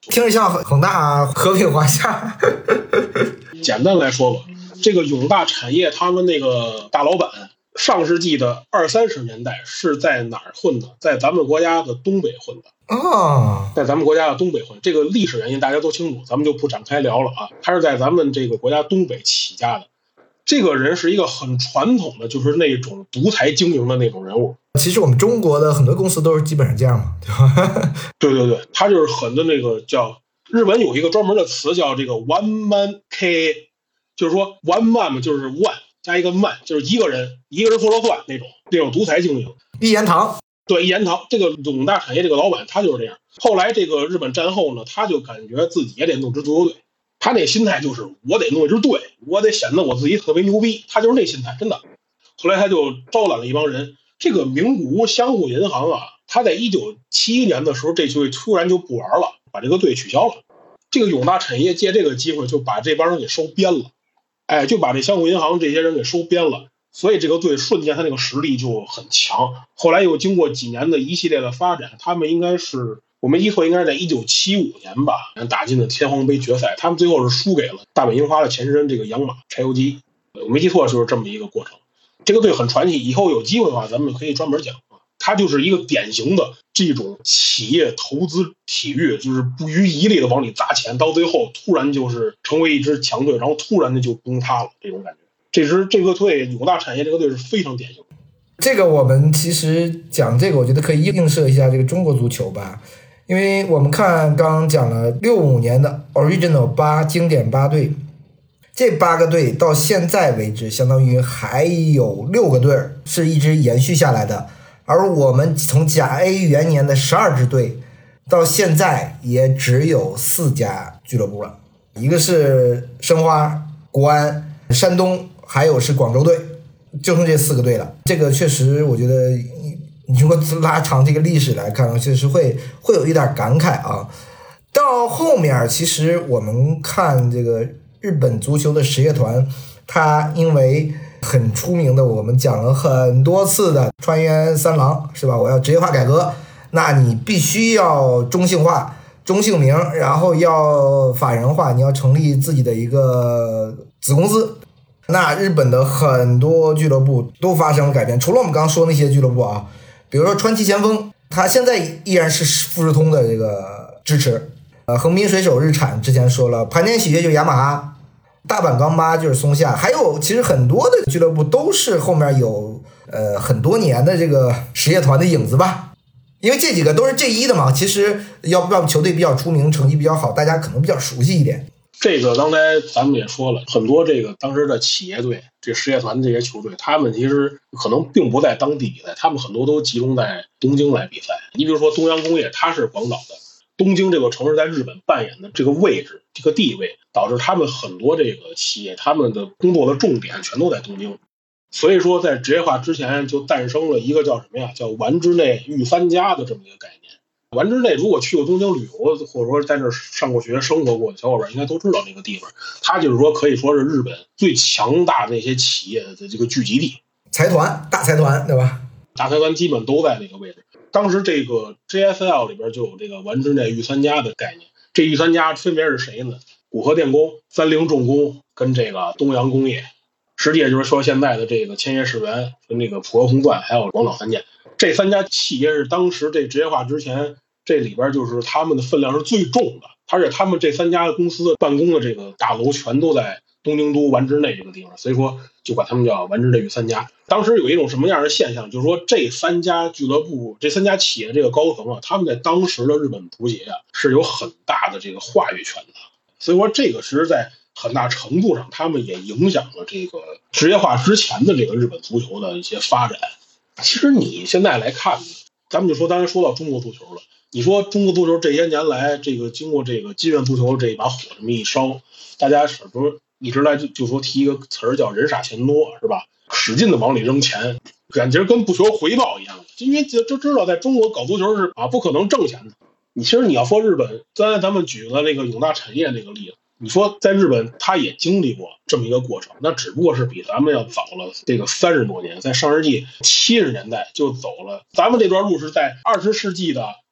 听着像恒大和平华夏。 简单来说吧，这个永大产业他们那个大老板上世纪的二三十年代是在哪儿混的？在咱们国家的东北混的。 哦， 在咱们国家的东北混，这个历史原因大家都清楚，咱们就不展开聊了啊。他是在咱们这个国家东北起家的，这个人是一个很传统的，就是那种独裁经营的那种人物。 其实我们中国的很多公司都是基本上这样嘛，对吧？ 对对对，他就是很的那个叫日本有一个专门的词叫这个 one man K， 就是说 one man 嘛，就是 one 加一个 man， 就是一个人一个人说了算那种那种独裁经营。 一言堂。 对，一言堂，这个永大产业这个老板他就是这样。后来这个日本战后呢，他就感觉自己也得弄支足球队，他那心态就是我得弄一支队，我得显得我自己特别牛逼，他就是那心态，真的。后来他就招揽了一帮人，这个名古屋相互银行啊，他在一九七一年的时候，这队突然就不玩了，把这个队取消了。这个永大产业借这个机会就把这帮人给收编了，哎，就把这相互银行这些人给收编了。所以这个队瞬间他那个实力就很强，后来又经过几年的一系列的发展，他们应该是我没记错，应该是在一九七五年吧，打进了天皇杯决赛，他们最后是输给了大本樱花的前身这个养马柴油机，我没记错就是这么一个过程。这个队很传奇，以后有机会的话咱们可以专门讲啊。它就是一个典型的这种企业投资体育，就是不遗余力的往里砸钱，到最后突然就是成为一支强队，然后突然的就崩塌了，这种感觉。这支这个队永大产业这个队是非常典型的。 这个我们其实讲这个，我觉得可以映射一下这个中国足球吧，因为我们看刚刚讲了六五年的 Original 八经典八队，这八个队到现在为止，相当于还有六个队是一直延续下来的，而我们从甲 A 元年的十二支队到现在也只有四家俱乐部了，一个是申花、国安、山东，还有是广州队，就剩这四个队了。这个确实我觉得你如果拉长这个历史来看，确实会会有一点感慨啊。到后面其实我们看这个日本足球的实业团，它因为很出名的，我们讲了很多次的川原三郎是吧，我要职业化改革，那你必须要中性化中性名，然后要法人化，你要成立自己的一个子公司。那日本的很多俱乐部都发生了改变，除了我们刚刚说那些俱乐部啊，比如说川崎前锋，他现在依然是富士通的这个支持，呃，横滨水手日产之前说了，盘田喜悦就是雅马哈，大阪钢巴就是松下，还有其实很多的俱乐部都是后面有呃很多年的这个实业团的影子吧，因为这几个都是 J 一 的嘛，其实要不要球队比较出名，成绩比较好，大家可能比较熟悉一点。 这个刚才咱们也说了，很多这个当时的企业队，这实业团这些球队，他们其实可能并不在当地比赛，他们很多都集中在东京来比赛。你比如说东洋工业，它是广岛的，东京这个城市在日本扮演的这个位置、这个地位，导致他们很多这个企业，他们的工作的重点全都在东京。所以说，在职业化之前就诞生了一个叫什么呀？叫丸之内御三家的这么一个概念。丸之内如果去过东京旅游，或者说在这上过学、生活过的小伙伴应该都知道那个地方。它就是说可以说是日本最强大的那些企业的这个聚集地， 财团、大财团，对吧？ 大财团基本都在那个位置。当时这个 J F L 里边就有这个丸之内御三家的概念。这御三家分别是谁呢？古河电工、三菱重工跟这个东洋工业。实际也就是说现在的这个千叶世园跟那个普和红钻还有广岛三建，这三家企业是当时这职业化之前，这里边就是他们的分量是最重的，而且他们这三家公司的办公的这个大楼全都在东京都丸之内这个地方，所以说就管他们叫丸之内御三家。当时有一种什么样的现象，就是说这三家俱乐部、这三家企业这个高层啊，他们在当时的日本足协啊是有很大的这个话语权的，所以说这个是在很大程度上他们也影响了这个职业化之前的这个日本足球的一些发展。其实你现在来看，咱们就说刚才说到中国足球了，你说中国足球这些年来，这个经过这个金元足球这一把火这么一烧，大家是不是一直来就就说提一个词儿叫人傻钱多，是吧？使劲的往里扔钱，感觉跟不求回报一样的，因为就就知道在中国搞足球是啊不可能挣钱的。你其实你要说日本，刚才咱们举了那个永大产业那个例子，你说在日本他也经历过这么一个过程，那只不过是比咱们要早了这个三十多年，在上世纪七十年代就走了。咱们这段路是在二十世纪的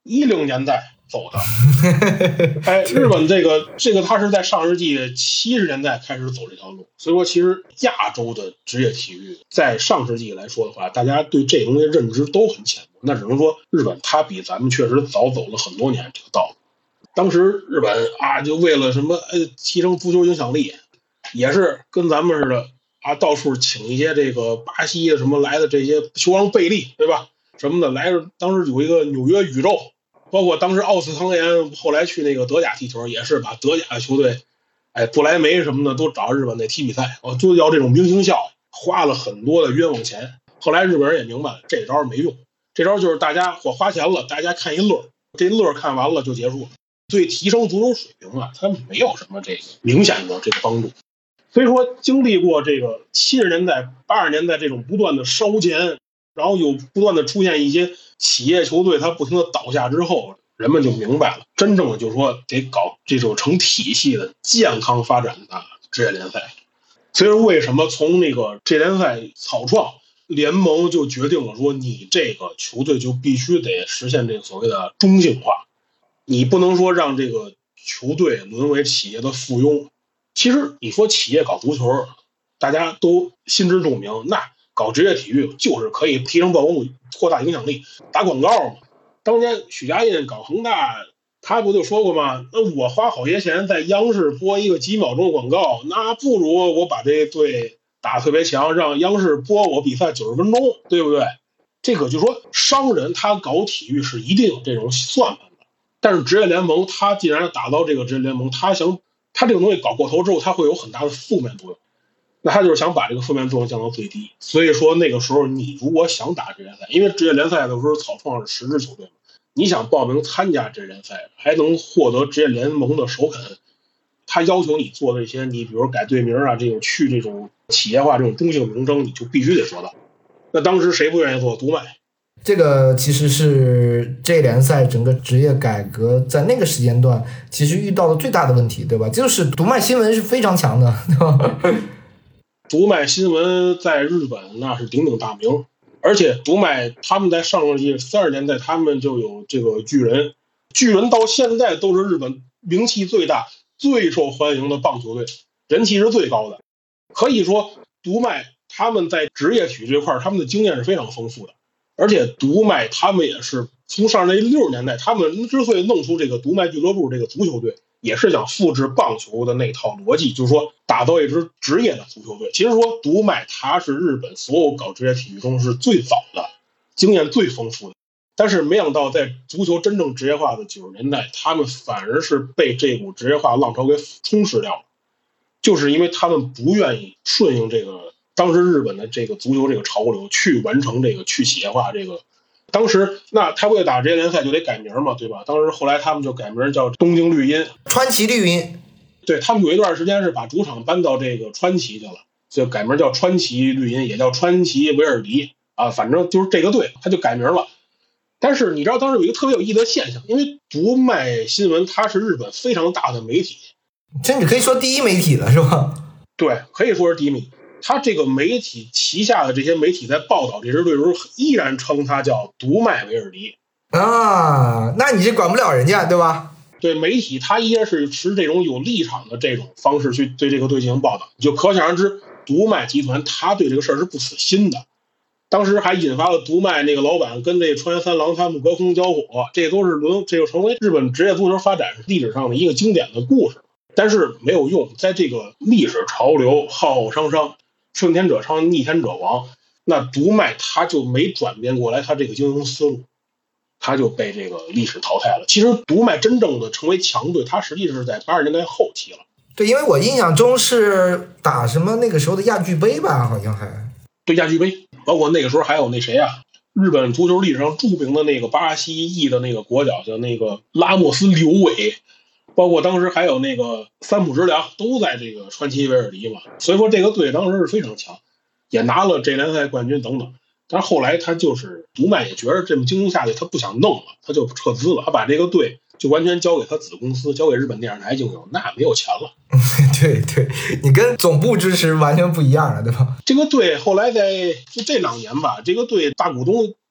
一零年代走的。哎，日本这个这个他是在上世纪七十年代开始走这条路，所以说其实亚洲的职业体育在上世纪来说的话，大家对这东西认知都很浅薄，那只能说日本他比咱们确实早走了很多年这个道路。当时日本啊，就为了什么呃提升足球影响力，也是跟咱们似的啊，到处请一些这个巴西什么来的这些球王贝利，对吧？什么的来着，当时有一个纽约宇宙，包括当时奥斯康延后来去那个德甲踢球，也是把德甲的球队，哎，不莱梅什么的都找日本那踢比赛，哦，就要这种明星效应，花了很多的冤枉钱。后来日本人也明白了，这招没用，这招就是大家我花钱了，大家看一乐，这乐看完了就结束了。对提升足球水平啊，它没有什么这个明显的这个帮助。所以说，经历过这个七十年代、八十年代这种不断的烧钱，然后有不断的出现一些企业球队它不停的倒下之后，人们就明白了，真正的就是说得搞这种成体系的健康发展的职业联赛。所以说，为什么从那个职业联赛草创联盟就决定了说，你这个球队就必须得实现这个所谓的中性化。你不能说让这个球队沦为企业的附庸。其实你说企业搞足球，大家都心知肚明，那搞职业体育就是可以提升曝光度、扩大影响力、打广告嘛。当年许家印搞恒大，他不就说过吗？那我花好些钱在央视播一个几秒钟的广告，那不如我把这队打特别强，让央视播我比赛九十分钟，对不对？这个就是说，商人他搞体育是一定有这种算盘。但是职业联盟，它既然打造这个职业联盟，它想它这个东西搞过头之后，它会有很大的负面作用。那它就是想把这个负面作用降到最低。所以说那个时候，你如果想打职业联赛，因为职业联赛的时候草创是十支球队嘛，你想报名参加职业联赛，还能获得职业联盟的首肯，他要求你做的一些，你比如改队名啊，这种去这种企业化这种中性名称，你就必须得做到。那当时谁不愿意做？读卖。 这个其实是这联赛整个职业改革在那个时间段其实遇到的最大的问题，对吧？就是读卖新闻是非常强的，对吧？ 读卖新闻在日本那是鼎鼎大名，而且读卖他们在上世纪三十年代他们就有这个巨人，巨人到现在都是日本名气最大、最受欢迎的棒球队，人气是最高的。可以说，读卖他们在职业体育这块他们的经验是非常丰富的。而且读卖他们也是从上世纪六十年代，他们之所以弄出这个读卖俱乐部这个足球队，也是想复制棒球的那套逻辑，就是说打造一支职业的足球队。其实说读卖它是日本所有搞职业体育中是最早的，经验最丰富的。但是没想到在足球真正职业化的九十年代，他们反而是被这股职业化浪潮给冲蚀掉了，就是因为他们不愿意顺应这个当时日本的这个足球这个潮流，去完成这个去企业化这个。当时那他为了打职业联赛就得改名嘛，对吧？当时后来他们就改名叫东京绿茵、 川崎绿茵。 对，他们有一段时间是把主场搬到这个川崎去了，就改名叫川崎绿茵，也叫川崎维尔迪啊，反正就是这个队他就改名了。但是你知道当时有一个特别有意思的现象，因为读卖新闻它是日本非常大的媒体， 甚至可以说第一媒体了，是吧？ 对，可以说是第一媒体。他这个媒体旗下的这些媒体在报道这支队的时候，依然称他叫读卖维尔迪啊，那你是管不了人家，对吧？ 对，媒体他依然是持这种有立场的这种方式去对这个队进行报道，就可想而知，读卖集团他对这个事儿是不死心的。当时还引发了读卖那个老板跟这个川原三郎他们隔空交火，这都是轮这就成为日本职业足球发展历史上的一个经典的故事。但是没有用，在这个历史潮流浩浩汤汤，顺天者昌，逆天者亡，那读卖他就没转变过来，他这个经营思路，他就被这个历史淘汰了。其实读卖真正的成为强队，他实际是在八十年代后期了。 对，因为我印象中是打什么那个时候的亚俱杯吧，好像还对亚俱杯，包括那个时候还有那谁啊，日本足球历史上著名的那个巴西裔的那个国脚叫那个拉莫斯刘伟。包括当时还有那个三浦直良都在这个川崎维尔迪嘛，所以说这个队当时是非常强，也拿了这联赛冠军等等。但是后来他就是读卖也觉得这么经营下去他不想弄了，他就撤资了，他把这个队就完全交给他子公司，交给日本电视台经营，那没有钱了。 对对，你跟总部支持完全不一样了，对吧？ 这个队后来在就这两年吧，这个队大股东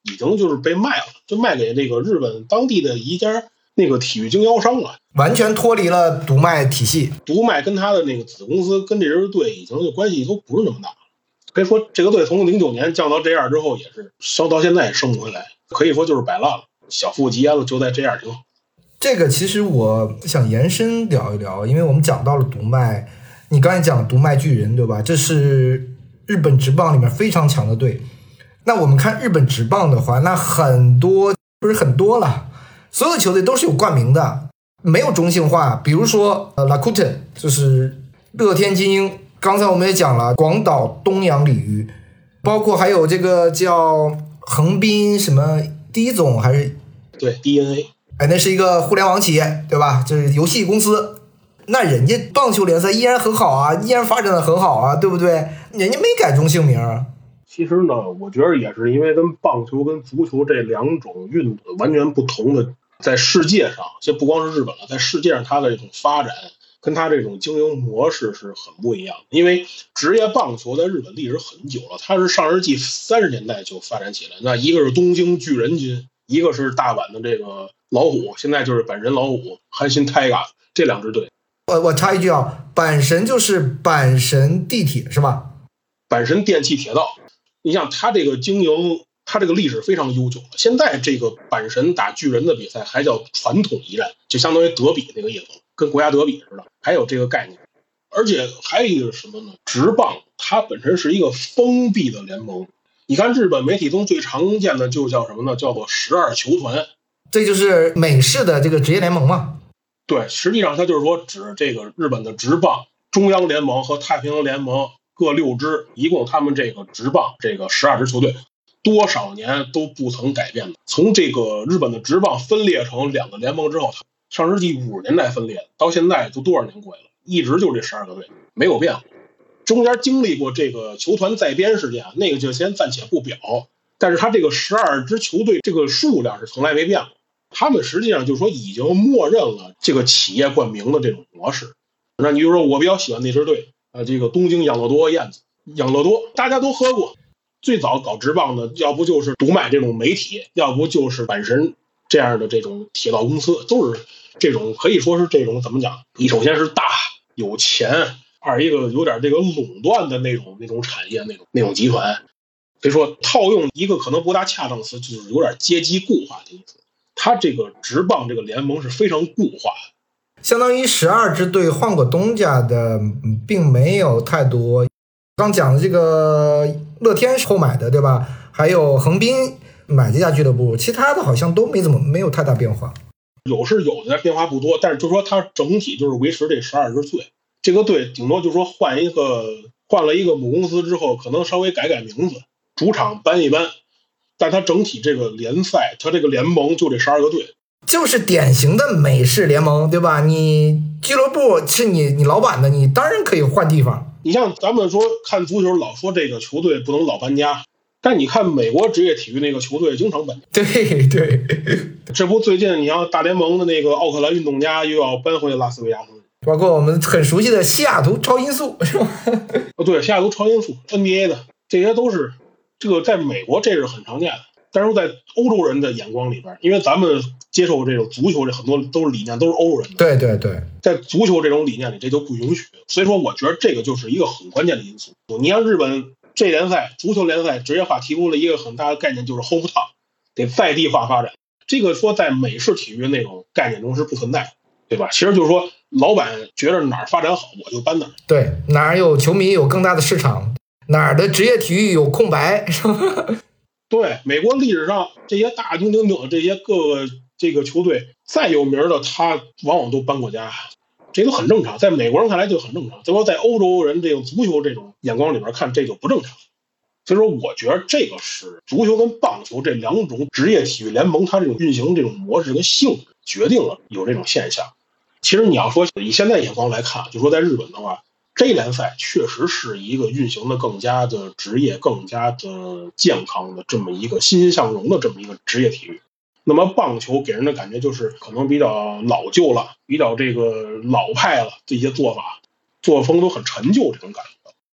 已经就是被卖了，就卖给这个日本当地的一家那个体育经销商了， 完全脱离了读卖体系。 读卖跟他的那个子公司跟这支队已经就关系都不是那么大了。可以说这个队从零九年降到这样之后，也是升到现在也升不回来，可以说就是摆烂了，小富即安了，就在这样挺好。 这个其实我想延伸聊一聊，因为我们讲到了读卖，你刚才讲读卖巨人对吧？这是日本职棒里面非常强的队。那我们看日本职棒的话，那很多不是很多了，所有球队都是有冠名的，没有中性化。比如说呃 Rakuten 就是乐天精英，刚才我们也讲了广岛东洋鲤鱼，包括还有这个叫横滨什么第一总还是对 D N A， 哎，那是一个互联网企业对吧？就是游戏公司。那人家棒球联赛依然很好啊，依然发展的很好啊，对不对？人家没改中性名。 其实呢，我觉得也是因为跟棒球跟足球这两种运动完全不同的，在世界上，这不光是日本了，在世界上它的这种发展跟它这种经营模式是很不一样的。因为职业棒球在日本历史很久了，它是上世纪三十年代就发展起来。那一个是东京巨人军，一个是大阪的这个老虎，现在就是阪神老虎、阪神タイガー这两支队。 我我插一句啊，阪神就是阪神地铁是吧？ 阪神电气铁道。你像他这个经营，他这个历史非常悠久了。现在这个阪神打巨人的比赛还叫传统一战，就相当于德比那个意思，跟国家德比似的，还有这个概念。而且还有一个什么呢？职棒它本身是一个封闭的联盟。你看日本媒体中最常见的就叫什么呢？叫做十二球团， 这就是美式的这个职业联盟嘛。 对，实际上它就是说指这个日本的职棒、中央联盟和太平洋联盟。各六支，一共他们这个职棒这个十二支球队，多少年都不曾改变的。从这个日本的职棒分裂成两个联盟之后，上世纪五十年代分裂，到现在都多少年过去了，一直就这十二个队没有变过。中间经历过这个球团再编事件，那个就先暂且不表。但是他这个十二支球队这个数量是从来没变过。他们实际上就是说已经默认了这个企业冠名的这种模式。那你就说我比较喜欢那支队。呃，这个东京养乐多燕子，养乐多大家都喝过。最早搞职棒的，要不就是读卖这种媒体，要不就是阪神这样的这种铁道公司，都是这种可以说是这种怎么讲？你首先是大有钱，二一个有点这个垄断的那种那种产业那种那种集团。所以说套用一个可能不大恰当的词，就是有点阶级固化的意思。它这个职棒这个联盟是非常固化的。 相当于十二支队换过东家的并没有太多，刚讲的这个乐天是后买的对吧？还有横滨买这家俱乐部，其他的好像都没怎么没有太大变化。 有是有的，变化不多，但是就说它整体就是维持这十二支队，这个队顶多就说换一个换了一个母公司之后，可能稍微改改名字，主场搬一搬，但它整体这个联赛，它这个联盟就这十二个队。 就是典型的美式联盟，对吧？你俱乐部是你你老板的，你当然可以换地方。 你像咱们说看足球，老说这个球队不能老搬家，但你看美国职业体育那个球队经常搬家。 对对， 这不最近你像大联盟的那个奥克兰运动家又要搬回拉斯维加斯， 包括我们很熟悉的西雅图超音速，是吧？ 哦，对，西雅图超音速 N B A 的，这些都是这个在美国这是很常见的。但是在欧洲人的眼光里边，因为咱们接受这种足球，这很多都是理念都是欧洲人的。 对对对， 在足球这种理念里，这就不允许。所以说，我觉得这个就是一个很关键的因素。你像日本这联赛，足球联赛职业化提出了一个很大的概念，就是 hometown， 得在地化发展。这个说在美式体育那种概念中是不存在的，对吧？其实就是说，老板觉得哪儿发展好，我就搬哪儿。 对，哪儿有球迷有更大的市场，哪儿的职业体育有空白，是吧？ 对，美国历史上这些大名鼎鼎的这些各个这个球队再有名的，他往往都搬过家，这都很正常。在美国人看来就很正常，所以说在欧洲人这种足球这种眼光里边看，这就不正常。所以说，我觉得这个是足球跟棒球这两种职业体育联盟，它这种运行这种模式跟性质决定了有这种现象。其实你要说以现在眼光来看，就说在日本的话，这联赛确实是一个运行的更加的职业、更加的健康的这么一个欣欣向荣的这么一个职业体育。那么棒球给人的感觉就是可能比较老旧了，比较这个老派了，这些做法作风都很陈旧这种感觉。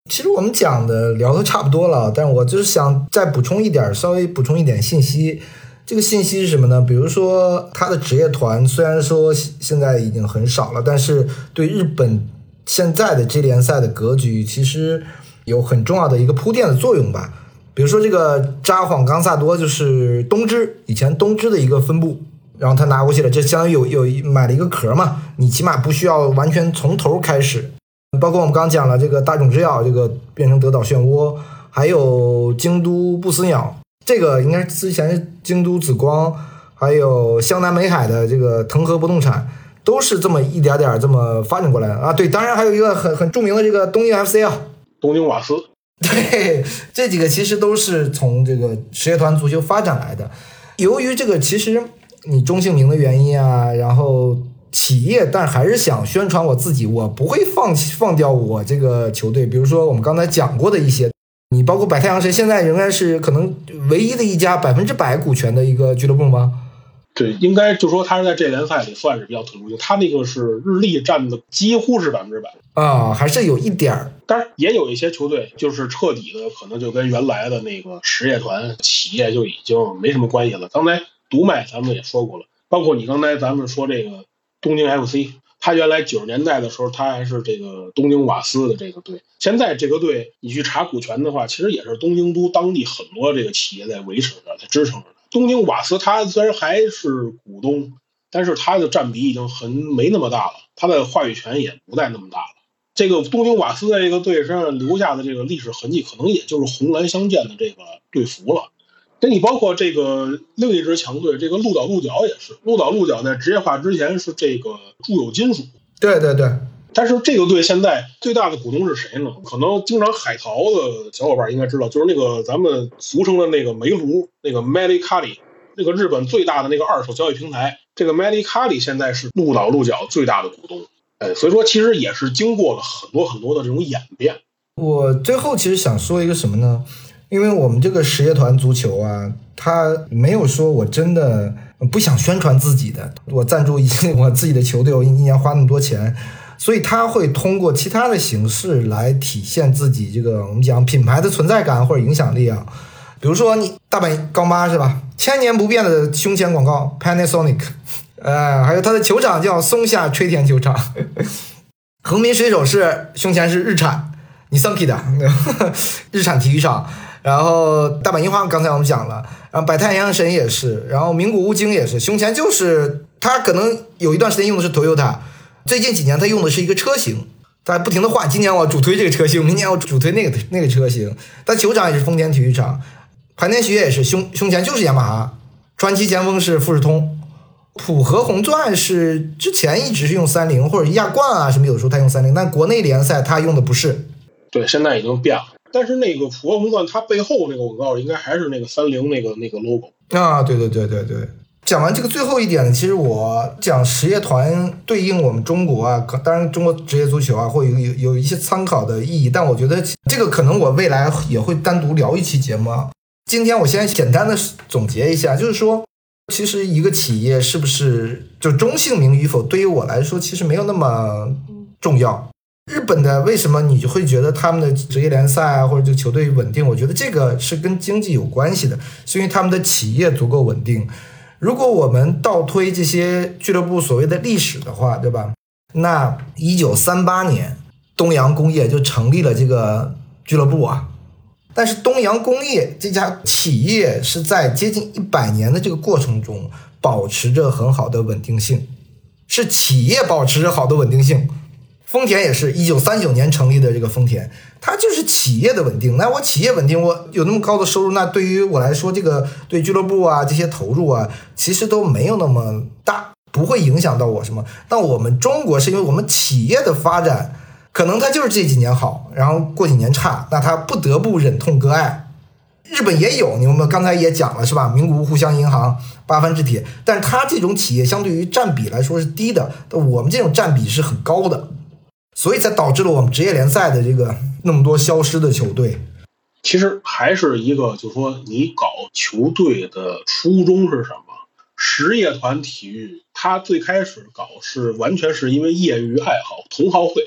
其实我们讲的聊的差不多了，但是我就是想再补充一点，稍微补充一点信息。这个信息是什么呢？比如说他的职业团虽然说现在已经很少了，但是对日本现在的J联赛的格局其实有很重要的一个铺垫的作用吧。比如说这个札幌冈萨多就是东芝以前东芝的一个分部，然后他拿过去了，这相当于有有买了一个壳嘛，你起码不需要完全从头开始。包括我们刚刚讲了这个大冢制药，这个变成德岛漩涡，还有京都不死鸟，这个应该之前是京都紫光，还有湘南美海的这个藤和不动产，都是这么一点点这么发展过来的啊。对，当然还有一个很很著名的这个东京 F C 啊， 东京瓦斯。 对，这几个其实都是从这个实业团足球发展来的。由于这个其实你中性名的原因啊，然后企业但还是想宣传我自己，我不会放弃放掉我这个球队。比如说我们刚才讲过的一些，你包括百太阳神现在仍然是可能唯一的一家百分之百股权的一个俱乐部吗？ 对，应该就说他是在这联赛里算是比较特殊性，他那个是日历占的几乎是百分之百啊，还是有一点儿。 当然也有一些球队就是彻底的可能就跟原来的那个实业团企业就已经没什么关系了。刚才独卖咱们也说过了，包括你刚才咱们说这个东京 F C， 他原来九十年代的时候他还是这个东京瓦斯的这个队，现在这个队你去查股权的话，其实也是东京都当地很多这个企业在维持着，在支撑着。东京瓦斯它虽然还是股东，但是它的占比已经很没那么大了，它的话语权也不再那么大了。这个东京瓦斯在这个队身上留下的这个历史痕迹，可能也就是红蓝相间的这个队服了。跟你包括这个另一支强队，这个鹿岛鹿角也是，鹿岛鹿角在职业化之前是这个住友金属， 对对对。 但是这个队现在最大的股东是谁呢？可能经常海淘的小伙伴应该知道，就是那个咱们俗称的那个煤炉，那个 Medicali， 那个日本最大的那个二手交易平台，这个 Medicali 现在是鹿岛鹿角最大的股东。哎，所以说其实也是经过了很多很多的这种演变。 我最后其实想说一个什么呢？因为我们这个实业团足球啊，它没有说我真的不想宣传自己的，我赞助一我自己的球队，我一年花那么多钱，所以他会通过其他的形式来体现自己这个我们讲品牌的存在感或者影响力啊。比如说你大阪钢巴是吧，千年不变的胸前广告 Panasonic， 呃，还有他的球场叫松下吹田球场横滨水手是胸前是日产尼桑 K 的日产体育场，然后大阪樱花刚才我们讲了，然后百太阳神也是，然后名古屋京也是，胸前就是他可能有一段时间用的是 Toyota， 最近几年他用的是一个车型，他不停的换，今年我主推这个车型，明年我主推那个那个车型。但球场也是丰田体育场，盘田学也是胸胸前就是雅马哈，传奇前锋是富士通，浦和红钻是之前一直是用三菱或者亚冠啊什么，有的时候他用三菱，但国内联赛他用的不是。 对，现在已经变了。但是那个浦和红钻它背后那个广告应该还是那个三菱那个那个 logo 啊，对对对对对。讲完这个最后一点呢，其实我讲实业团对应我们中国啊，当然中国职业足球啊会有有有一些参考的意义，但我觉得这个可能我未来也会单独聊一期节目啊。今天我先简单的总结一下，就是说其实一个企业是不是就中性名与否，对于我来说其实没有那么重要。日本的为什么你就会觉得他们的职业联赛啊或者这个球队稳定，我觉得这个是跟经济有关系的，是因为他们的企业足够稳定。如果我们倒推这些俱乐部所谓的历史的话，对吧？那一九三八年东洋工业就成立了这个俱乐部啊，但是东洋工业这家企业是在接近一百年的这个过程中保持着很好的稳定性，是企业保持着好的稳定性。丰田也是一九三九年成立的这个丰田，它就是企业的稳定。那我企业稳定，我有那么高的收入，那对于我来说，这个对俱乐部啊这些投入啊，其实都没有那么大，不会影响到我什么。但我们中国是因为我们企业的发展，可能它就是这几年好，然后过几年差，那它不得不忍痛割爱。日本也有，你们刚才也讲了是吧？名古屋互相银行、八幡制铁，但是它这种企业相对于占比来说是低的，但我们这种占比是很高的。所以才导致了我们职业联赛的这个那么多消失的球队。 其实还是一个就是说你搞球队的初衷是什么。实业团体育它最开始搞是完全是因为业余爱好同好会，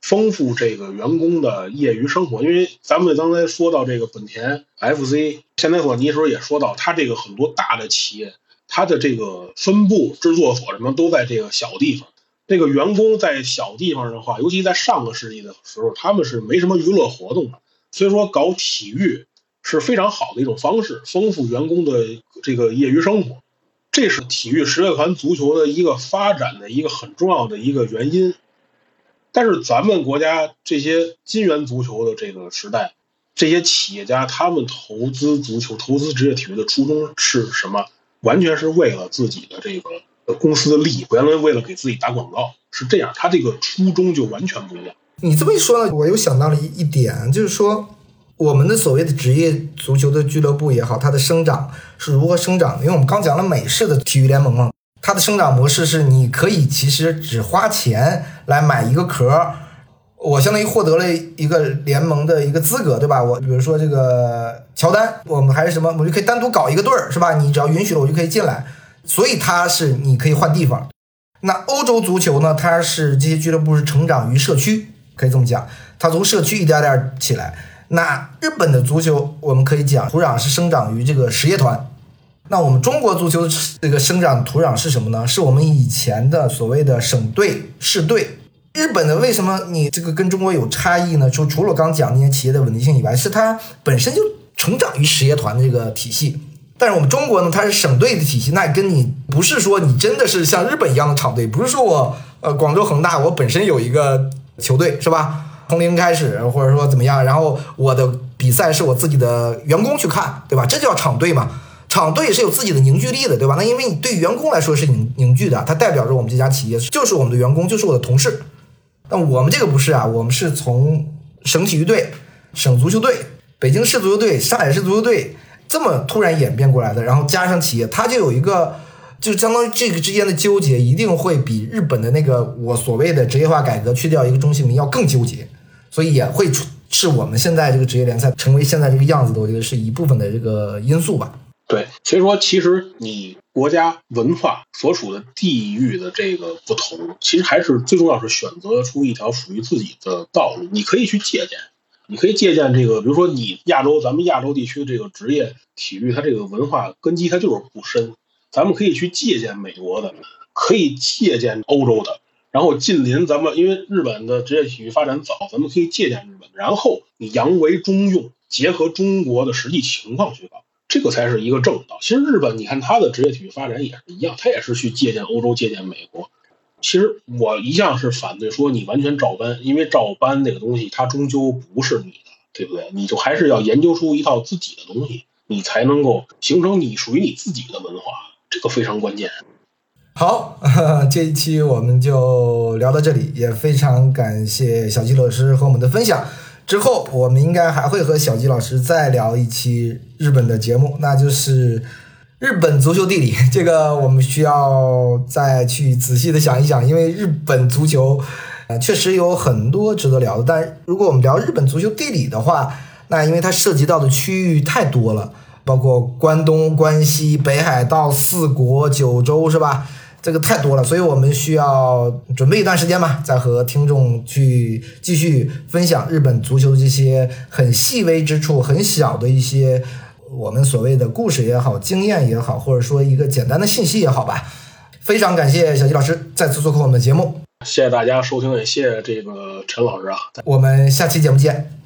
丰富这个员工的业余生活。因为咱们刚才说到这个本田 F C 现代索尼的时候也说到，它这个很多大的企业，它的这个分部制作所什么都在这个小地方，这个员工在小地方的话，尤其在上个世纪的时候，他们是没什么娱乐活动的，所以说搞体育是非常好的一种方式，丰富员工的这个业余生活，这是体育实业团足球的一个发展的一个很重要的一个原因。但是咱们国家这些金元足球的这个时代，这些企业家他们投资足球、投资职业体育的初衷是什么？完全是为了自己的这个公司的利益，原来为了给自己打广告，是这样，他这个初衷就完全不一样。 你这么一说呢，我又想到了一一点，就是说我们的所谓的职业足球的俱乐部也好，它的生长是如何生长的？因为我们刚讲了美式的体育联盟嘛，它的生长模式是你可以其实只花钱来买一个壳，我相当于获得了一个联盟的一个资格，对吧？我比如说这个乔丹，我们还是什么，我就可以单独搞一个队儿，是吧？你只要允许了，我就可以进来。所以它是你可以换地方。那欧洲足球呢，它是这些俱乐部是成长于社区，可以这么讲，它从社区一点点起来。那日本的足球，我们可以讲土壤是生长于这个实业团。那我们中国足球这个生长土壤是什么呢？是我们以前的所谓的省队、市队。日本的为什么你这个跟中国有差异呢？就除了刚讲那些企业的稳定性以外，是它本身就成长于实业团的这个体系。但是我们中国呢，它是省队的体系，那跟你不是说你真的是像日本一样的厂队，不是说我呃广州恒大我本身有一个球队是吧？从零开始或者说怎么样，然后我的比赛是我自己的员工去看，对吧？这叫厂队嘛。厂队是有自己的凝聚力的，对吧？那因为你对员工来说是凝凝聚的，它代表着我们这家企业就是我们的员工，就是我的同事。但我们这个不是啊，我们是从省体育队、省足球队、北京市足球队、上海市足球队这么突然演变过来的，然后加上企业，它就有一个，就相当于这个之间的纠结一定会比日本的那个我所谓的职业化改革去掉一个中性名要更纠结，所以也会是我们现在这个职业联赛成为现在这个样子的，我觉得是一部分的这个因素吧。 对，所以说其实你国家文化所属的地域的这个不同，其实还是最重要是选择出一条属于自己的道路。你可以去借鉴，你可以借鉴这个，比如说你亚洲，咱们亚洲地区这个职业体育，它这个文化根基它就是不深，咱们可以去借鉴美国的，可以借鉴欧洲的，然后近邻咱们，因为日本的职业体育发展早，咱们可以借鉴日本，然后你扬为中用，结合中国的实际情况去搞。这个才是一个正道。其实日本你看它的职业体育发展也是一样，它也是去借鉴欧洲、借鉴美国。其实我一向是反对说你完全照搬，因为照搬那个东西它终究不是你的，对不对？你就还是要研究出一套自己的东西，你才能够形成你属于你自己的文化，这个非常关键。 好，这一期我们就聊到这里，也非常感谢小纪老师和我们的分享。之后我们应该还会和小纪老师再聊一期日本的节目，那就是日本足球地理，这个我们需要再去仔细的想一想，因为日本足球呃确实有很多值得聊的，但如果我们聊日本足球地理的话，那因为它涉及到的区域太多了，包括关东、关西、北海道、四国、九州，是吧？这个太多了，所以我们需要准备一段时间吧，再和听众去继续分享日本足球这些很细微之处、很小的一些我们所谓的故事也好、经验也好，或者说一个简单的信息也好吧。非常感谢小纪老师再次做客我们的节目， 谢谢大家收听，也谢谢这个陈老师啊， 我们下期节目见。